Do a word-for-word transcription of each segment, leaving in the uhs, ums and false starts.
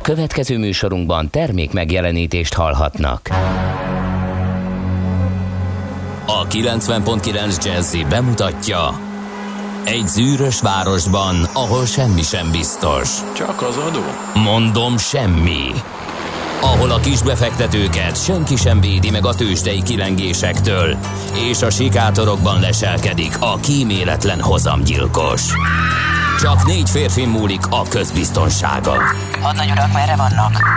Következő műsorunkban termék megjelenítést hallhatnak. A kilencven pont kilenc Jazzy bemutatja: egy zűrös városban, ahol semmi sem biztos. Csak az adó? Mondom, semmi. Ahol a kisbefektetőket senki sem védi meg a tőzsdei kilengésektől, és a sikátorokban leselkedik a kíméletlen hozamgyilkos. Csak négy férfi múlik a közbiztonsága. Hadnagy urak, merre vannak?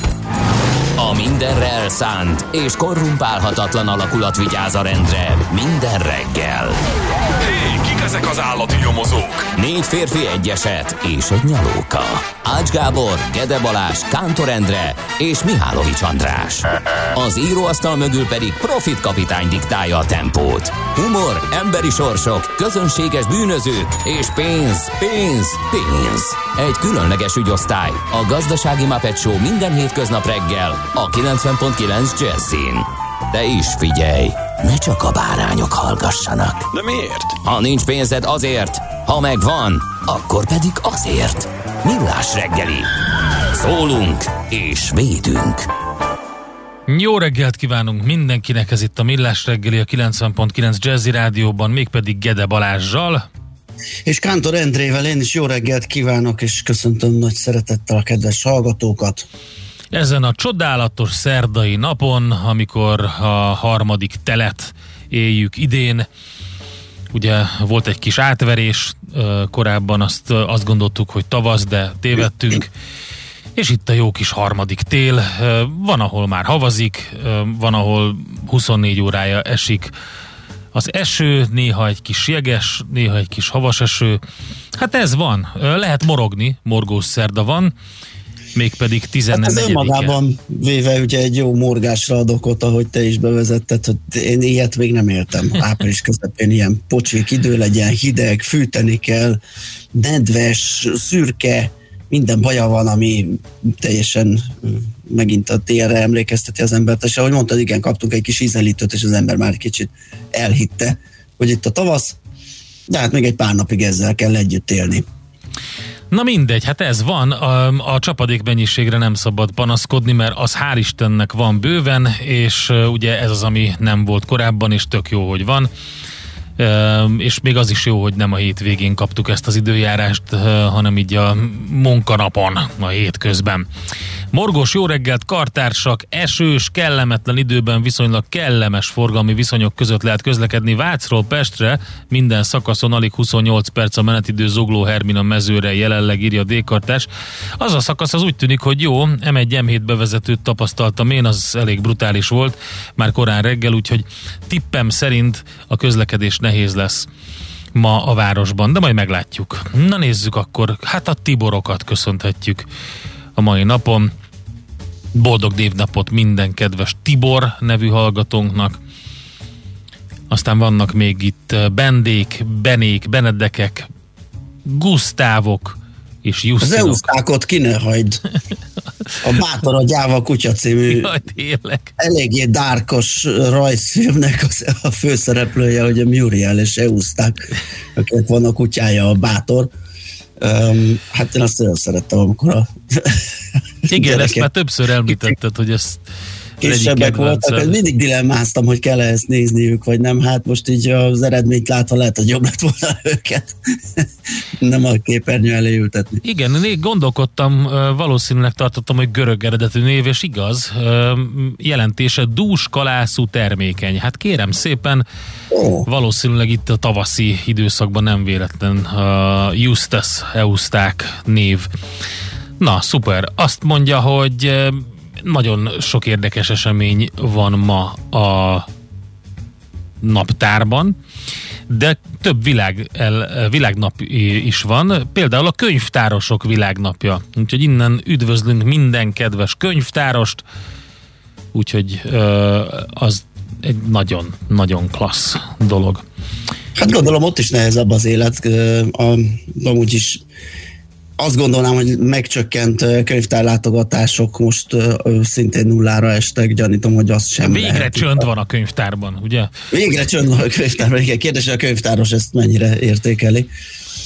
A mindenre elszánt és korrumpálhatatlan alakulat vigyáz a rendre minden reggel. Hé, kik ezek az állati nyomozók? Négy férfi, egy eset és egy nyalóka. Ács Gábor, Gede Balázs, Kántor Endre és Mihálovics András. Az íróasztal mögül pedig Profit kapitány diktálja a tempót. Humor, emberi sorsok, közönséges bűnözők és pénz, pénz, pénz. Egy különleges ügyosztály, a Gazdasági Muppet Show minden hétköznap reggel a kilencven pont kilenc Jazzyn. De is figyelj, ne csak a bárányok hallgassanak. De miért? Ha nincs pénzed, azért, ha megvan, akkor pedig azért. Millás reggeli. Szólunk és védünk. Jó reggelt kívánunk mindenkinek, ez itt a Millás reggeli a kilencven pont kilenc Jazzy Rádióban, mégpedig Gede Balázssal. És Kántor Endrével én is jó reggelt kívánok, és köszöntöm nagy szeretettel a kedves hallgatókat. Ezen a csodálatos szerdai napon, amikor a harmadik telet éljük idén, ugye volt egy kis átverés, korábban azt, azt gondoltuk, hogy tavasz, de tévedtünk, és itt a jó kis harmadik tél. Van, ahol már havazik, van, ahol huszonnégy órája esik az eső, néha egy kis jeges, néha egy kis havas eső. Hát ez van, lehet morogni, morgós szerda van, mégpedig tizennegyedike. Hát ez önmagában véve ugye egy jó morgásra ad okot, ahogy te is bevezetted, hogy én ilyet még nem éltem. Április közepén ilyen pocsék idő legyen, hideg, fűteni kell, nedves, szürke, minden baja van, ami teljesen megint a térre emlékezteti az embert, és ahogy mondtad, igen, kaptunk egy kis ízelítőt, és az ember már kicsit elhitte, hogy itt a tavasz, de hát még egy pár napig ezzel kell együtt élni. Na mindegy, hát ez van, a, a csapadék mennyiségre nem szabad panaszkodni, mert az hál' Istennek van bőven, és uh, ugye ez az, ami nem volt korábban, és tök jó, hogy van. Uh, és még az is jó, hogy nem a hétvégén kaptuk ezt az időjárást, uh, hanem így a munkanapon, a hétközben. Morgós jó reggelt, kartársak, esős, kellemetlen időben viszonylag kellemes forgalmi viszonyok között lehet közlekedni Vácról Pestre, minden szakaszon alig huszonnyolc perc a menetidő, Zugló Hermina mezőre jelenleg, írja D-kartás. Az a szakasz az úgy tűnik, hogy jó, em egy em hét bevezetőt tapasztaltam én, az elég brutális volt, már korán reggel, úgyhogy tippem szerint a közlekedés nehéz lesz ma a városban, de majd meglátjuk. Na nézzük akkor, hát a Tiborokat köszönhetjük a mai napon. Boldog névnapot minden kedves Tibor nevű hallgatónknak. Aztán vannak még itt Bendék, Benék, Benedekek, Gusztávok és Jusszinok. Az Eusztákot ki ne hagyd. A Bátor a gyáva kutya című Jaj, tényleg. eléggé dárkos rajzfilmnek az a főszereplője, hogy a Muriel és Euszták, akinek van a kutyája, a Bátor. Um, hát én azt nagyon szerettem, amikor a igen, ezt már többször említetted, hogy ezt kisebbek voltak, mindig dilemmáztam, hogy kell ezt nézniük, vagy nem, hát most így az eredményt látva lehet, hogy jobb lett volna őket nem a képernyő elé ültetni. Igen, én gondolkodtam, valószínűleg tartottam, hogy görög eredetű név, és igaz, jelentése dús, kalászú, termékeny. Hát kérem szépen, oh. valószínűleg itt a tavaszi időszakban nem véletlen a Justus Euszták név. Na, szuper. Azt mondja, hogy nagyon sok érdekes esemény van ma a naptárban, de több világ, el, világnap is van, például a könyvtárosok világnapja. Úgyhogy innen üdvözlünk minden kedves könyvtárost, úgyhogy az egy nagyon-nagyon klassz dolog. Hát gondolom ott is nehezebb az élet, amúgy is azt gondolnám, hogy megcsökkent könyvtárlátogatások most uh, szintén nullára estek, gyanítom, hogy azt sem Végre lehet. csönd van a könyvtárban, ugye? Végre csönd van a könyvtárban, igen. Kérdés, hogy a könyvtáros ezt mennyire értékeli.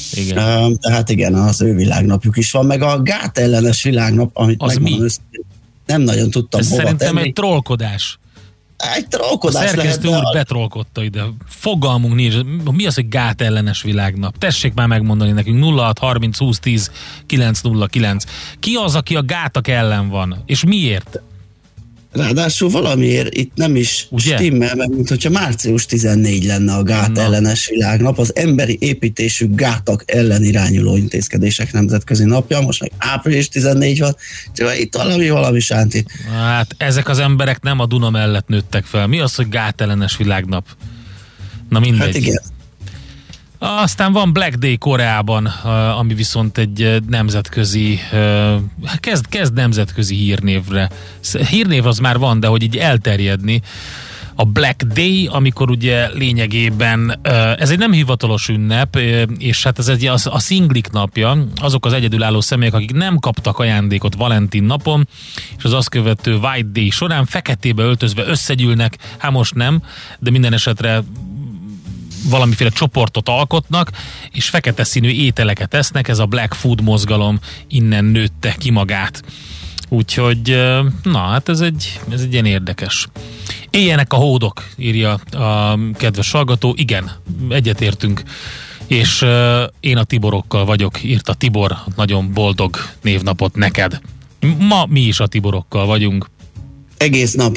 Igen. Uh, tehát igen, az ő világnapjuk is van, meg a gát ellenes világnap, amit az megmondom, nem nagyon tudtam ez hova szerintem tenni. egy trollkodás. Egy trollkodás a szerkesztő lehet, úr a... betrollkodta ide. Fogalmunk nincs. Mi az, hogy gát ellenes világnap? Tessék már megmondani nekünk. nulla hat harminc húsz tíz kilenc nulla kilenc. Ki az, aki a gátak ellen van? És miért? Ráadásul valamiért itt nem is ugye? Stimmel, mert mint hogyha március tizennégy lenne a gát Na. ellenes világnap, az emberi építésű gátak ellen irányuló intézkedések nemzetközi napja, most meg április tizennégy van, csak itt valami, valami sánti. Hát ezek az emberek nem a Duna mellett nőttek fel. Mi az, hogy gát ellenes világnap? Na mindegy. Hát igen. Aztán van Black Day Koreában, ami viszont egy nemzetközi, kezd, kezd nemzetközi hírnévre. Hírnév az már van, de hogy így elterjedni. A Black Day, amikor ugye lényegében, ez egy nem hivatalos ünnep, és hát ez egy a, a szinglik napja, azok az egyedülálló személyek, akik nem kaptak ajándékot Valentin napon, és az azt követő White Day során feketébe öltözve összegyűlnek, hát most nem, de minden esetre valamiféle csoportot alkotnak, és fekete színű ételeket esznek, ez a Black Food mozgalom innen nőtte ki magát. Úgyhogy, na hát ez egy, ez egy ilyen érdekes. Éljenek a hódok, írja a kedves hallgató. Igen, egyetértünk. És uh, én a Tiborokkal vagyok, írta Tibor, nagyon boldog névnapot neked. Ma mi is a Tiborokkal vagyunk. Egész nap.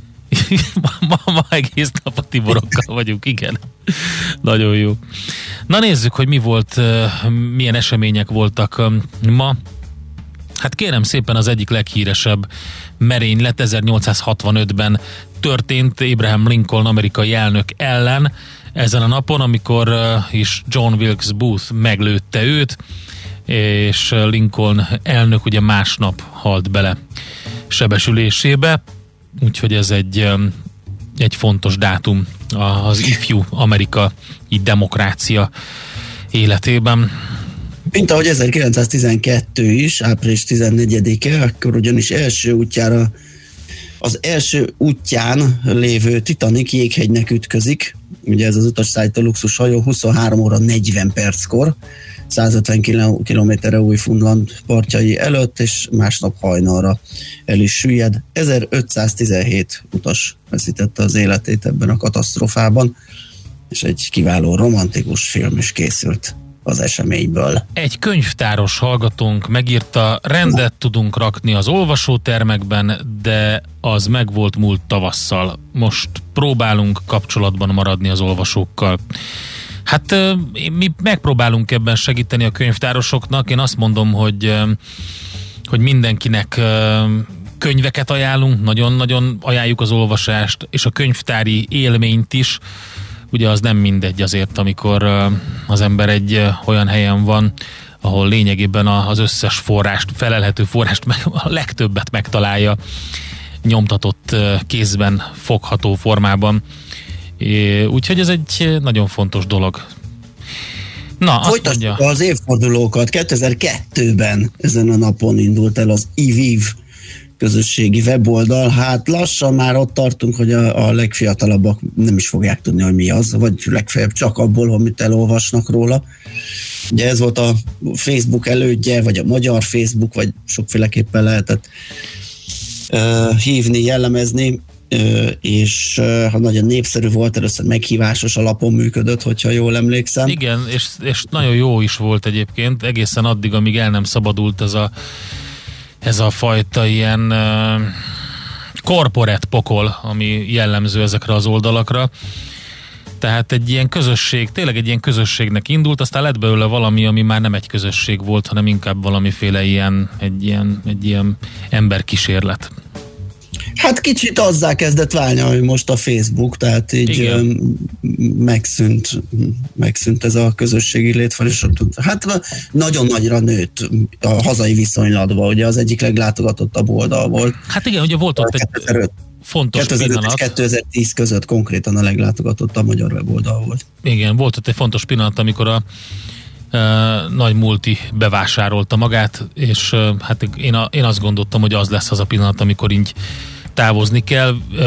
ma, ma egész nap a Tiborokkal vagyunk, igen. Nagyon jó. Na nézzük, hogy mi volt, milyen események voltak ma. Hát kérem szépen, az egyik leghíresebb merénylet ezernyolcszázhatvanötben történt Abraham Lincoln amerikai elnök ellen ezen a napon, amikor is John Wilkes Booth meglőtte őt, és Lincoln elnök ugye másnap halt bele sebesülésébe. Úgyhogy ez egy, egy fontos dátum az ifjú amerikai demokrácia életében. Mint ahogy ezerkilencszáztizenkettő is, április tizennegyedike, akkor ugyanis első útjára, az első útján lévő Titanic jéghegynek ütközik. Ugye ez az utasszállító luxushajó huszonhárom óra negyven perckor, százötven kilométerre Új-Fundland partjai előtt, és másnap hajnalra el is süllyed. ezerötszáztizenhét utas veszítette az életét ebben a katasztrófában, és egy kiváló romantikus film is készült az eseményből. Egy könyvtáros hallgatónk megírta, rendet tudunk rakni az olvasótermekben, de az megvolt múlt tavasszal. Most próbálunk kapcsolatban maradni az olvasókkal. Hát mi megpróbálunk ebben segíteni a könyvtárosoknak. Én azt mondom, hogy, hogy mindenkinek könyveket ajánlunk, nagyon-nagyon ajánljuk az olvasást, és a könyvtári élményt is. Ugye az nem mindegy azért, amikor az ember egy olyan helyen van, ahol lényegében az összes forrást, felelhető forrást, meg a legtöbbet megtalálja nyomtatott kézben, fogható formában. Úgyhogy ez egy nagyon fontos dolog. Na, azt Folytassuk mondja, az évfordulókat. kétezer-kettőben ezen a napon indult el az i vív közösségi weboldal. Hát lassan már ott tartunk, hogy a, a legfiatalabbak nem is fogják tudni, hogy mi az, vagy legfeljebb csak abból, amit elolvasnak róla. Ugye ez volt a Facebook elődje, vagy a magyar Facebook, vagy sokféleképpen lehetett uh, hívni, jellemezni, uh, és uh, nagyon népszerű volt, először meghívásos alapon működött, hogyha jól emlékszem. igen, és, és nagyon jó is volt egyébként, egészen addig, amíg el nem szabadult ez a ez a fajta ilyen uh, corporate pokol, ami jellemző ezekre az oldalakra. Tehát egy ilyen közösség, tényleg egy ilyen közösségnek indult, aztán lett belőle valami, ami már nem egy közösség volt, hanem inkább valamiféle ilyen, egy ilyen, egy ilyen emberkísérlet. Hát kicsit azzá kezdett válni, hogy most a Facebook, tehát így igen. megszűnt, megszűnt ez a közösségi létforrás. Hát nagyon nagyra nőtt a hazai viszonylatban, ugye az egyik leglátogatottabb oldal volt. Hát igen, ugye volt ott egy fontos kétezer-öt pillanat. és kétezer-tíz között konkrétan a leglátogatottabb magyar weboldal volt. Igen, volt ott egy fontos pillanat, amikor a Uh, nagy multi bevásárolta magát, és uh, hát én, a, én azt gondoltam, hogy az lesz az a pillanat, amikor így távozni kell. Uh,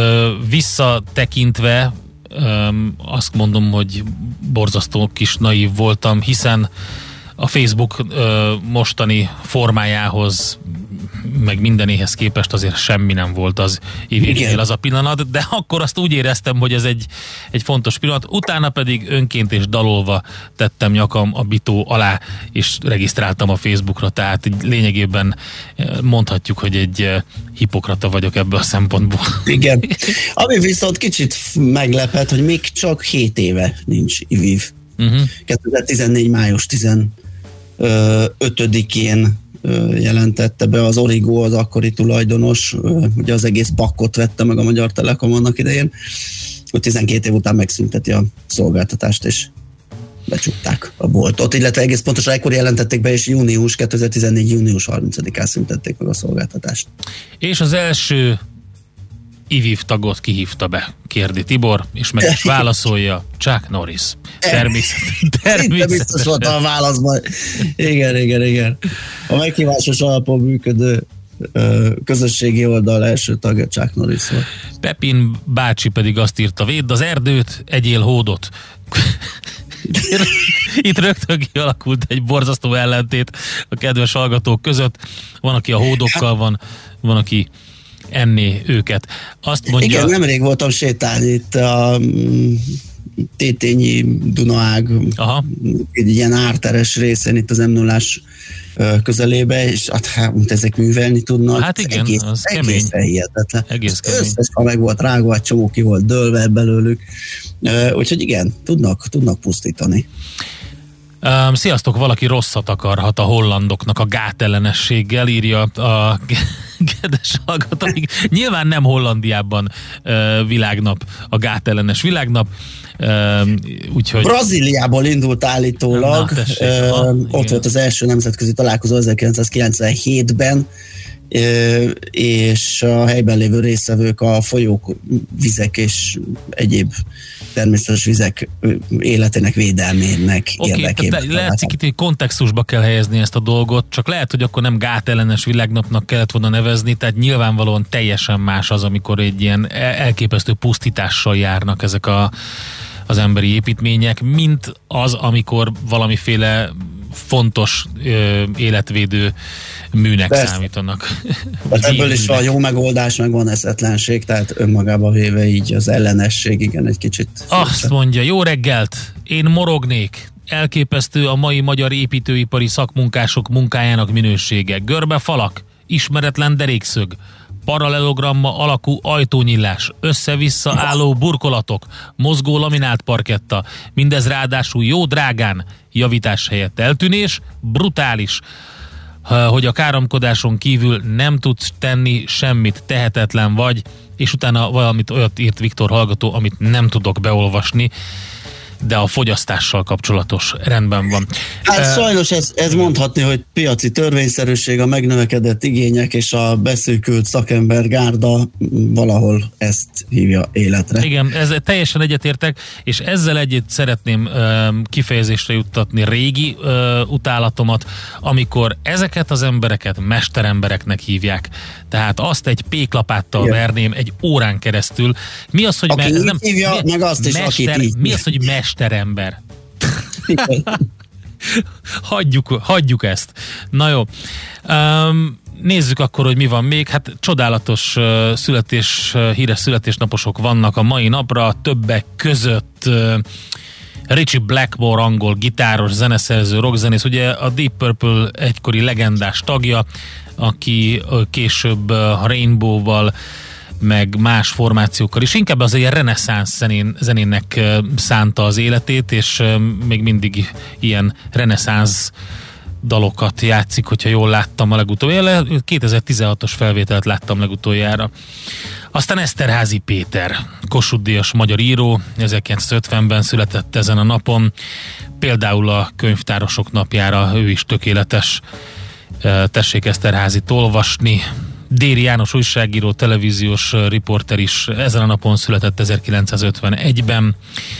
visszatekintve um, azt mondom, hogy borzasztó kis naív voltam, hiszen a Facebook ö, mostani formájához, meg mindenéhez képest azért semmi nem volt az ivivnél az a pillanat, de akkor azt úgy éreztem, hogy ez egy, egy fontos pillanat. Utána pedig önként és dalolva tettem nyakam a bitó alá, és regisztráltam a Facebookra, tehát lényegében mondhatjuk, hogy egy hipokrata vagyok ebből a szempontból. Igen. Ami viszont kicsit meglepett, hogy még csak hét éve nincs iviv. Uh-huh. kétezer-tizennégy. május tizenötödikén jelentette be az Origo, az akkori tulajdonos, ugye az egész pakkot vette meg a Magyar Telekom annak idején, hogy tizenkét év után megszünteti a szolgáltatást, és becsukták a boltot, illetve egész pontosan ekkor jelentették be, és június, kétezer-tizennégy. június harmincadikán szüntették meg a szolgáltatást. És az első iviv tagot kihívta be, kérdi Tibor, és meg is válaszolja Chuck Norris. Természetesen. Természetesen. Biztos volt a válaszban. Igen, igen, igen. A meghívásos alapon működő közösségi oldal első tagja Chuck Norris volt. Pepin bácsi pedig azt írta, védd az erdőt, egyél hódot. Itt rögtön kialakult egy borzasztó ellentét a kedves hallgatók között. Van, aki a hódokkal van, van, aki enné őket. Azt mondja... Igen, nemrég voltam sétálni itt a Tétényi Dunaág, Aha. egy ilyen árteres részen itt az em nullás közelébe, és hát ezek művelni tudnak. Hát igen, egész, az egész kemény. Hihetetlen. Egész kemény. Összes, ha meg volt rágva, egy csomó ki volt dőlve belőlük. Úgyhogy igen, tudnak, tudnak pusztítani. Um, sziasztok, valaki rosszat akarhat a hollandoknak a gátellenességgel, írja a kedves hallgató. Nyilván nem Hollandiában uh, világnap, a gátellenes világnap. Uh, úgyhogy... Brazíliából indult állítólag. Na, tessék, uh, ha, ott igen. volt az első nemzetközi találkozó ezerkilencszázkilencvenhétben, uh, és a helyben lévő résztvevők a folyók, vizek és egyéb természetes vizek életének védelmének okay, érdekében. Lehet, hogy kontextusba kell helyezni ezt a dolgot, csak lehet, hogy akkor nem gátellenes világnapnak kellett volna nevezni, tehát nyilvánvalóan teljesen más az, amikor egy ilyen elképesztő pusztítással járnak ezek a, az emberi építmények, mint az, amikor valamiféle fontos ö, életvédő műnek Persze. számítanak. Hát ebből is van jó megoldás, meg van eszetlenség, tehát önmagába véve így az ellenesség, igen, egy kicsit. Azt furcsa. Mondja, jó reggelt, én morognék. Elképesztő a mai magyar építőipari szakmunkások munkájának minősége. Görbefalak, ismeretlen derékszög, paralelogramma alakú ajtónyílás, össze-vissza álló burkolatok, mozgó laminált parketta, mindez ráadásul jó drágán, javítás helyett eltűnés, brutális, hogy a káromkodáson kívül nem tudsz tenni semmit, tehetetlen vagy, és utána valamit olyat írt Viktor hallgató, amit nem tudok beolvasni, de a fogyasztással kapcsolatos rendben van. Hát uh, sajnos ez, ez mondhatni, hogy piaci törvényszerűség, a megnövekedett igények és a beszűkült szakembergárda valahol ezt hívja életre. Igen, ez teljesen egyetértek, és ezzel együtt szeretném uh, kifejezésre juttatni régi uh, utálatomat, amikor ezeket az embereket mesterembereknek hívják. Tehát azt egy péklapáttal Igen. verném egy órán keresztül. Mi az, hogy aki me- ez nem, hívja, mi, meg azt is, mester, akit mi az, hogy mesterember? hagyjuk, hagyjuk ezt. Na jó. Um, nézzük akkor, hogy mi van még. Hát csodálatos uh, születés, uh, híres születésnaposok vannak a mai napra, többek között uh, Richie Blackmore, angol gitáros, zeneszerző, rockzenész, ugye a Deep Purple egykori legendás tagja, aki uh, később uh, Rainbow-val meg más formációkkal is, inkább az ilyen reneszánsz zenén, zenének szánta az életét, és még mindig ilyen reneszánsz dalokat játszik, hogyha jól láttam a legutoljára. kétezer-tizenhatos felvételt láttam legutoljára. Aztán Eszterházy Péter, Kossuth-díjas magyar író, ezerkilencszázötvenben született ezen a napon, például a könyvtárosok napjára ő is tökéletes. Tessék Eszterházit olvasni. Déri János újságíró, televíziós riporter is ezen a napon született ezerkilencszázötvenegyben,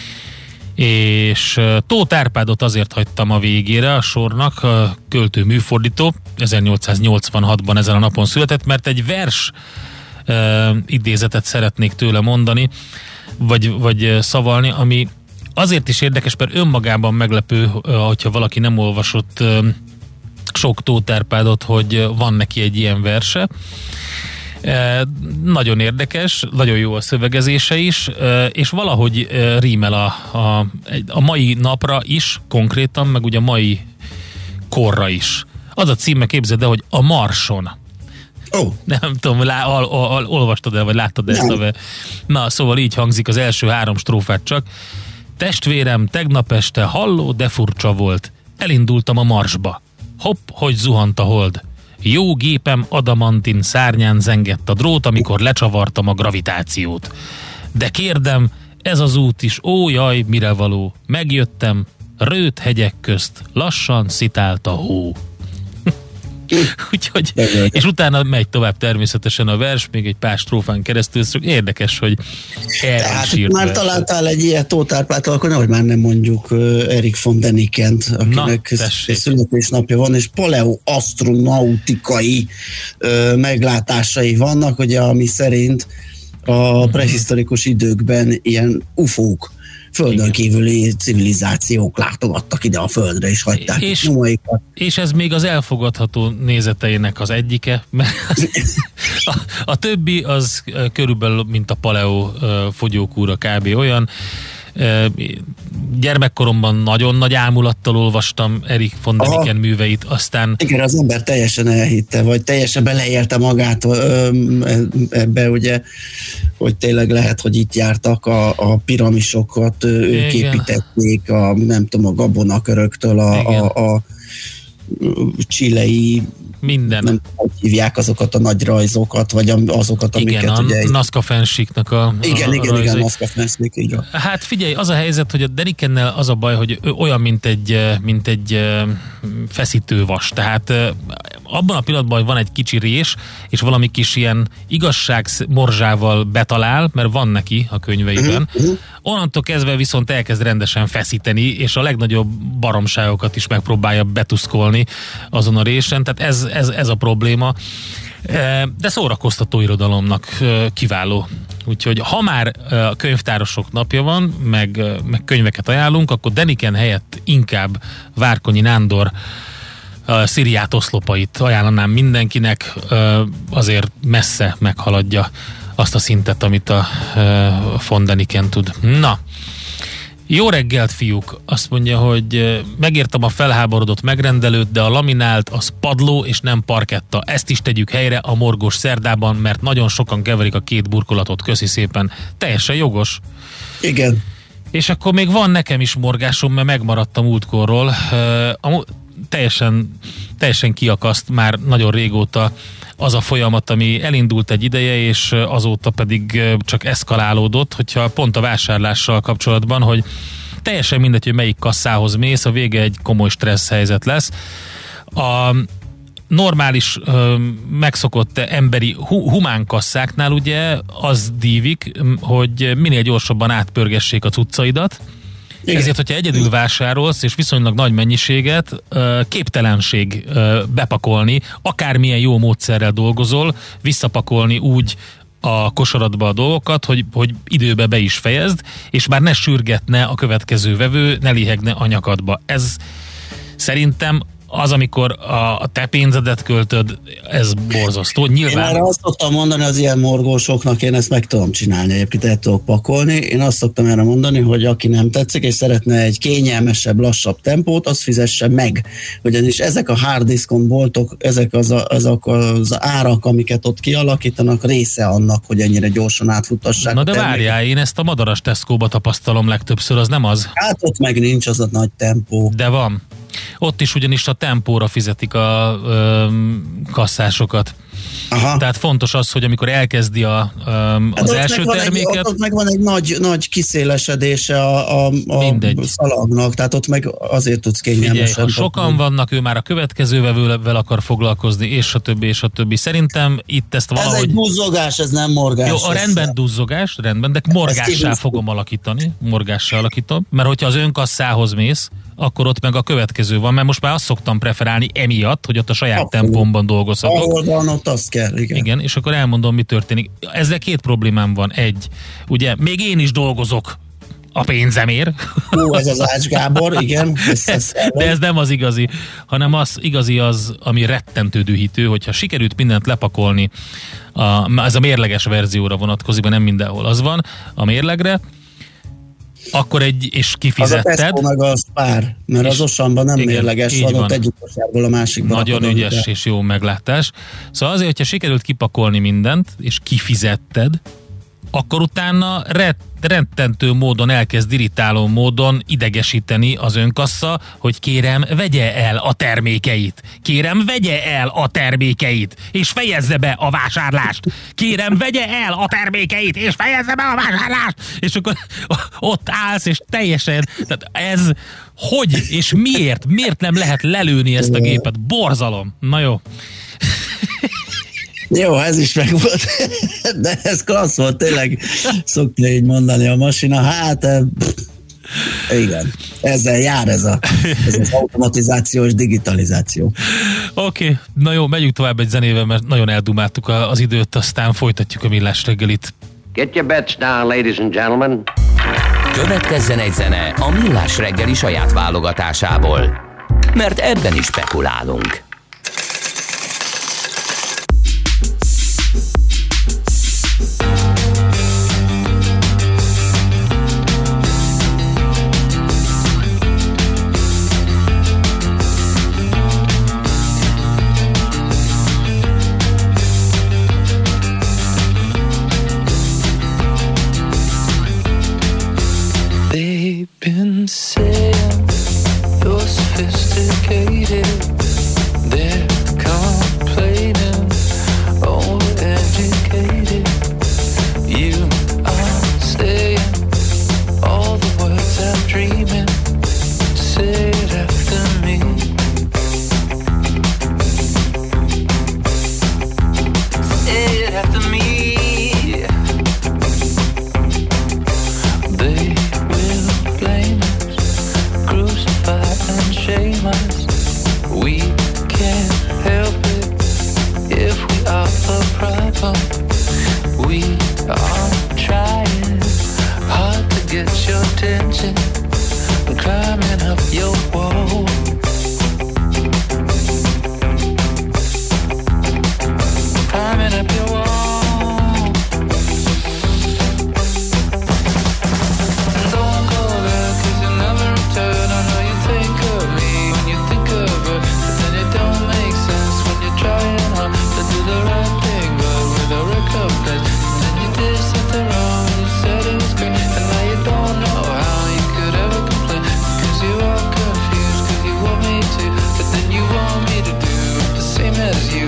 és Tóth Árpádot azért hagytam a végére a sornak, a költő műfordító, ezernyolcszáznyolcvanhatban ezen a napon született, mert egy vers uh, idézetet szeretnék tőle mondani, vagy, vagy szavalni, ami azért is érdekes, mert önmagában meglepő, hogyha valaki nem olvasott sok Tóth Árpádot, hogy van neki egy ilyen verse. E, nagyon érdekes, nagyon jó a szövegezése is, e, és valahogy e, rímel a, a, a mai napra is konkrétan, meg ugye a mai korra is. Az a címe, képzeld el, hogy A Marson. Oh. Nem tudom, lá, al, al, al, olvastad el, vagy láttad ezt a... Na, szóval így hangzik az első három strófát csak. Testvérem, tegnap este halló, de furcsa volt. Elindultam a marsba. Hopp, hogy zuhant a hold. Jó gépem adamantin szárnyán zengett a drót, amikor lecsavartam a gravitációt. De kérdem, ez az út is, ó jaj, mire való. Megjöttem, rőt hegyek közt, lassan szitált a hó. Úgyhogy, és utána megy tovább természetesen a vers, még egy pár strófán keresztül, szóval érdekes, hogy erre hát is írt már verset. találtál egy ilyet Tóth Árpádtól, akkor nehogy már nem mondjuk uh, Erik von Denikent, akinek születésnapja van, és paleoastronautikai uh, meglátásai vannak, ugye, ami szerint a prehisztorikus időkben ilyen ufók, földön kívüli civilizációk látogattak ide a földre, és hagyták és, nyomaikat. És ez még az elfogadható nézeteinek az egyike, mert a, a többi az körülbelül, mint a paleo fogyókúra, kb. Olyan. Gyermekkoromban nagyon nagy ámulattal olvastam Erik von Däniken műveit, aztán... Igen, az ember teljesen elhitte, vagy teljesen beleélte magát ebbe, ugye, hogy tényleg lehet, hogy itt jártak a, a piramisokat, ők igen. építették, a, nem tudom, a gabonaköröktől a, a, a chilei minden. Nem hogy hívják azokat a nagy rajzokat, vagy azokat, amiket igen, ugye... Igen, a Nazca Fensiknak a Igen, a, igen, a igen, Nazca Fensik, így van. Hát figyelj, az a helyzet, hogy a Dänikennel az a baj, hogy olyan, mint egy, mint egy feszítővas. Tehát abban a pillanatban, hogy van egy kicsi rés, és valami kis ilyen igazság morzsával betalál, mert van neki a könyveiben, uh-huh, uh-huh. onnantól kezdve viszont elkezd rendesen feszíteni, és a legnagyobb baromságokat is megpróbálja betuszkolni azon a résen, tehát ez, ez, ez a probléma. De szórakoztató irodalomnak kiváló. Úgyhogy ha már a könyvtárosok napja van, meg, meg könyveket ajánlunk, akkor Däniken helyett inkább Várkonyi Nándor Szíriát oszlopait ajánlanám mindenkinek, azért messze meghaladja azt a szintet, amit a von Däniken tud. Na, jó reggelt, fiúk! Azt mondja, hogy megértem a felháborodott megrendelőt, de a laminált az padló és nem parketta. Ezt is tegyük helyre a morgós szerdában, mert nagyon sokan keverik a két burkolatot. Köszi szépen. Teljesen jogos. Igen. És akkor még van nekem is morgásom, mert megmaradtam múltkorról. Uh, teljesen, teljesen kiakaszt már nagyon régóta az a folyamat, ami elindult egy ideje, és azóta pedig csak eszkalálódott, hogyha pont a vásárlással kapcsolatban, hogy teljesen mindegy, hogy melyik kasszához mész, a vége egy komoly stressz helyzet lesz. A normális, megszokott emberi humán kasszáknál ugye az dívik, hogy minél gyorsabban átpörgessék a cuccaidat. Igen. Ezért, hogyha egyedül vásárolsz, és viszonylag nagy mennyiséget, képtelenség bepakolni, akármilyen jó módszerrel dolgozol, visszapakolni úgy a kosaradba a dolgokat, hogy, hogy időbe be is fejezd, és már ne sürgetne a következő vevő, ne lihegne a nyakadba. Ez szerintem az, amikor a, a te pénzedet költöd, ez borzasztó. Nyilván... Én már azt szoktam mondani az ilyen morgósoknak, én ezt meg tudom csinálni, egyébként el tudok pakolni. Én azt szoktam erre mondani, hogy aki nem tetszik, és szeretne egy kényelmesebb, lassabb tempót, az fizesse meg. Ugyanis ezek a hard discount boltok, ezek az, a, azok az árak, amiket ott kialakítanak, része annak, hogy ennyire gyorsan átfuttassák. Na de várjál, én ezt a madaras Tesco-ba tapasztalom legtöbbször, az nem az? Hát ott meg nincs az a nagy tempó. De van. Ott is ugyanis a tempóra fizetik a ö, kasszásokat. Aha. Tehát fontos az, hogy amikor elkezdi a, ö, az hát első terméket... Egy, ott meg van egy nagy, nagy kiszélesedése a, a, a szalagnak, tehát ott meg azért tudsz kényelmesen. Ha sokan vannak, ő már a következő vevővel akar foglalkozni, és a többi, és a többi. Szerintem itt ezt valahogy... Ez egy duzzogás, ez nem morgás. Jó, a rendben ez duzzogás, rendben, de morgássá fogom alakítani, morgássá alakítom, mert hogyha az önkasszához mész, akkor ott meg a következő van, mert most már azt szoktam preferálni emiatt, hogy ott a saját Abszolút. tempómban dolgozhatok. Ahol van, ott azt kell, igen. Igen, és akkor elmondom, mi történik. Ezzel két problémám van. Egy, ugye, még én is dolgozok a pénzemért. Ó, ez az Ács Gábor, igen. Ez De ez nem az igazi, hanem az igazi az, ami rettentő dühítő, hogyha sikerült mindent lepakolni, a, ez a mérleges verzióra vonatkozik, nem mindenhol az van, a mérlegre, akkor egy, és kifizetted. Az a Tesco meg a Spár, mert az Osanban nem igen, mérleges, van ott egyik kosárból a másikban. Nagyon ügyes és jó meglátás. Szóval azért, hogyha sikerült kipakolni mindent, és kifizetted, akkor utána ret, rettentő módon elkezd irritáló módon idegesíteni az önkassa, hogy kérem, vegye el a termékeit. Kérem, vegye el a termékeit, és fejezze be a vásárlást. Kérem, vegye el a termékeit, és fejezze be a vásárlást. És akkor ott állsz, és teljesen, tehát ez hogy, és miért? Miért nem lehet lelőni ezt a gépet? Borzalom. Na jó. Jó, ez is megvolt, de ez klassz volt, tényleg szokta így mondani a masina, hát pff, igen, ezzel jár ez, a, ez az automatizációs digitalizáció. Oké, okay. Na jó, megyünk tovább egy zenével, mert nagyon eldumáltuk az időt, aztán folytatjuk a Millás reggelit. Get your bets down, ladies and gentlemen. Következzen egy zene a Millás reggeli saját válogatásából, mert ebben is spekulálunk. Been saying you're sophisticated. They're complaining, overeducated. You are saying all the words I'm dreaming. Say it after me. Say it after me. They shame us. We can't help it if we are the problem. We are trying hard to get your attention and climbing up your wall. Climbing up your wall. Don't go there 'cause you never return. I know you think of me when you think of her, but then it don't make sense when you're trying hard to do the right thing, but with a recompense. And then you did something wrong, you said it was great, and now you don't know how you could ever complain, because you are confused, because you want me to, but then you want me to do the same as you.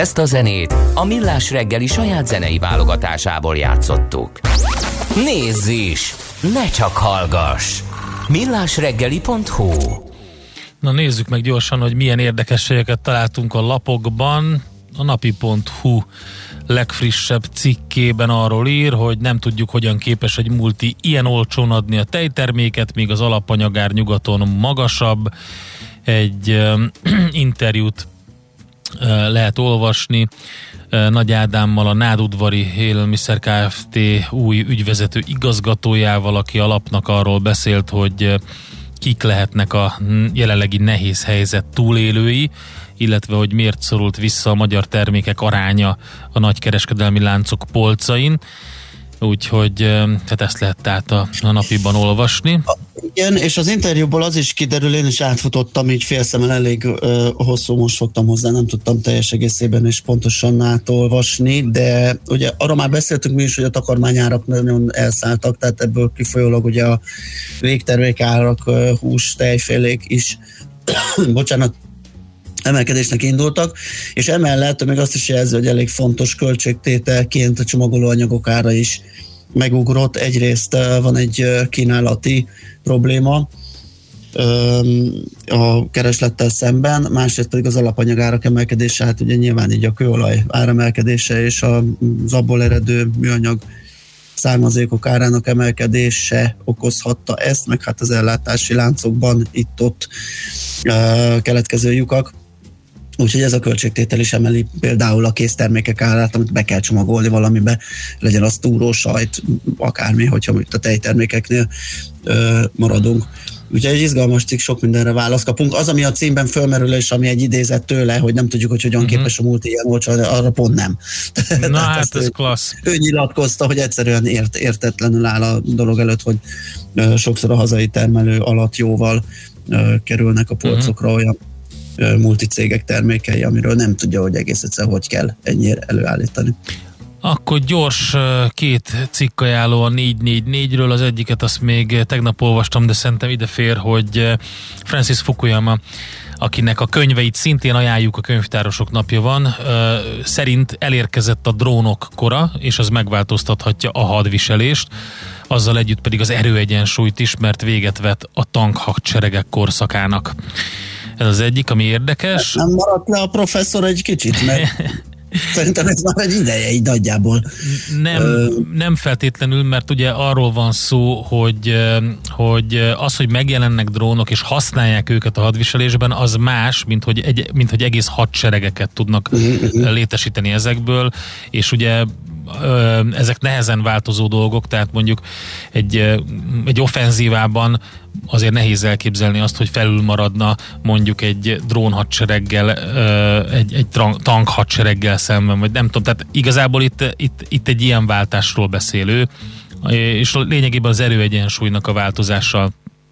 Ezt a zenét a Millás reggeli saját zenei válogatásából játszottuk. Nézz is! Ne csak hallgass! millásreggeli pont hu. Na nézzük meg gyorsan, hogy milyen érdekességeket találtunk a lapokban. A napi pont hu legfrissebb cikkében arról ír, hogy nem tudjuk, hogyan képes egy multi ilyen olcsón adni a tejterméket, míg az alapanyagár nyugaton magasabb. Egy uh, interjút uh, lehet olvasni uh, Nagy Ádámmal, a Nádudvari Élelmiszer Kft. Új ügyvezető igazgatójával, aki a lapnak arról beszélt, hogy uh, kik lehetnek a jelenlegi nehéz helyzet túlélői, illetve hogy miért szorult vissza a magyar termékek aránya a nagykereskedelmi láncok polcain. Úgyhogy tehát ezt lehet tehát a, a napiban olvasni. Igen, és az interjúból az is kiderül, én is átfutottam így félszemmel, elég uh, hosszú, most fogtam hozzá, nem tudtam teljes egészében és pontosan átolvasni, de ugye arra már beszéltünk mi is, hogy a takarmányárak nagyon elszálltak, tehát ebből kifolyólag ugye a végtermékárak, uh, hús, tejfélék is bocsánat, emelkedésnek indultak, és emellett még azt is jelzi, hogy elég fontos költségtételként a csomagolóanyagok ára is megugrott. Egyrészt van egy kínálati probléma a kereslettel szemben, másrészt pedig az alapanyagárak emelkedése, hát ugye nyilván így a kőolaj áremelkedése és az abból eredő műanyag származékok árának emelkedése okozhatta ezt, meg hát az ellátási láncokban itt-ott uh, keletkező lyukak. Úgyhogy ez a költségtétel is emeli például a késztermékek árát, amit be kell csomagolni valamibe, legyen az túró, sajt, akármi, hogyha a tejtermékeknél uh, maradunk. Úgyhogy egy izgalmas cikk, sok mindenre választ kapunk. Az, ami a címben fölmerül, és ami egy idézet tőle, hogy nem tudjuk, hogy hogyan uh-huh. képes a multi ilyen olcsó, arra pont nem. Na hát ez klassz. Ő, ő nyilatkozta, hogy egyszerűen ért, értetlenül áll a dolog előtt, hogy uh, sokszor a hazai termelő alatt jóval uh, kerülnek a polcokra uh-huh. olyan uh, multicégek termékei, amiről nem tudja, hogy egész egyszer hogy kell ennyire előállítani. Akkor gyors két cikkajánló a négy négy négyről, az egyiket azt még tegnap olvastam, de szerintem ide fér, hogy Francis Fukuyama, akinek a könyveit szintén ajánljuk, a könyvtárosok napja van, szerint elérkezett a drónok kora, és az megváltoztathatja a hadviselést, azzal együtt pedig az erőegyensúlyt is, mert véget vet a tankhadseregek korszakának. Ez az egyik, ami érdekes. Nem maradt le a professzor egy kicsit, mert szerintem ez már egy ideje így nagyjából. Nem, Ö... nem feltétlenül, mert ugye arról van szó, hogy, hogy az, hogy megjelennek drónok és használják őket a hadviselésben, az más, mint hogy, egy, mint hogy egész hadseregeket tudnak uh-huh. létesíteni ezekből, és ugye ezek nehezen változó dolgok, tehát mondjuk egy, egy offenzívában azért nehéz elképzelni azt, hogy felül maradna mondjuk egy drónhadsereggel, egy, egy tankhadsereggel szemben, vagy nem tudom, tehát igazából itt, itt, itt egy ilyen váltásról beszélő, és lényegében az erőegyensúlynak a változása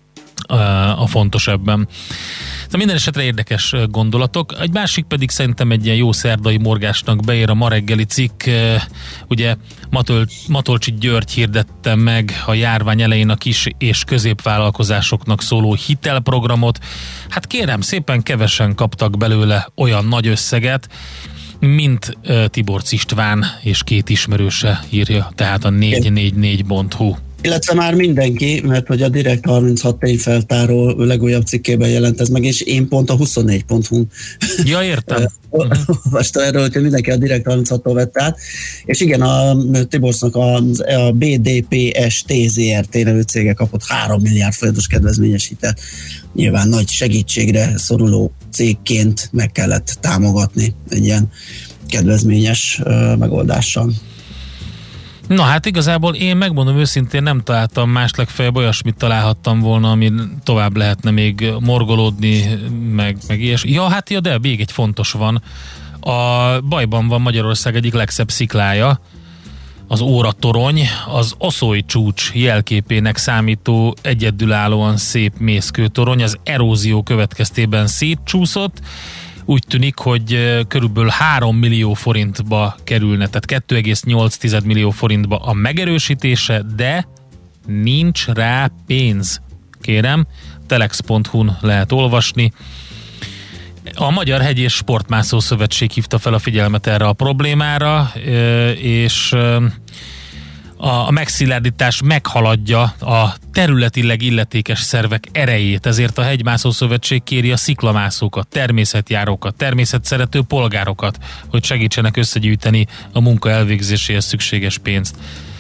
a fontos ebben. De minden esetre érdekes gondolatok. Egy másik pedig szerintem egy ilyen jó szerdai morgásnak beér a ma reggeli cikk. Ugye Matol, Matolcsi György hirdette meg a járvány elején a kis és középvállalkozásoknak szóló hitelprogramot. Hát kérem, szépen kevesen kaptak belőle olyan nagy összeget, mint Tiborcs István és két ismerőse, írja tehát a négy négy négy pont hu. Illetve már mindenki, mert hogy a Direkt harminchat tényfeltáró legújabb cikkében jelent ez meg, és én pont a huszonnégy pont hu-n ja, értem. olvastam erről, hogy mindenki a Direkt harminchattól vett át. És igen, a Tiborcsnak a, a bé dé pé es té zé er té nevű cége kapott három milliárd forintos kedvezményes hitelt. Nyilván nagy segítségre szoruló cégként meg kellett támogatni egy ilyen kedvezményes uh, megoldással. Na hát igazából én megmondom őszintén, nem találtam más, legfeljebb olyasmit találhattam volna, ami tovább lehetne még morgolódni, meg, meg ilyes. Ja, hát ja, de még egy fontos van. A bajban van Magyarország egyik legszebb sziklája, az Óratorony, az Oszói csúcs jelképének számító egyedülállóan szép mészkőtorony, az erózió következtében szétcsúszott. Úgy tűnik, hogy körülbelül három millió forintba kerülne, tehát kettő egész nyolc millió forintba a megerősítése, de nincs rá pénz. Kérem, telex pont hu-n lehet olvasni. A Magyar Hegy és Sportmászó Szövetség hívta fel a figyelmet erre a problémára, és a megszilárdítás meghaladja a területileg illetékes szervek erejét, ezért a Hegymászó Szövetség kéri a sziklamászókat, természetjárókat, természetszerető polgárokat, hogy segítsenek összegyűjteni a munka elvégzéséhez szükséges pénzt.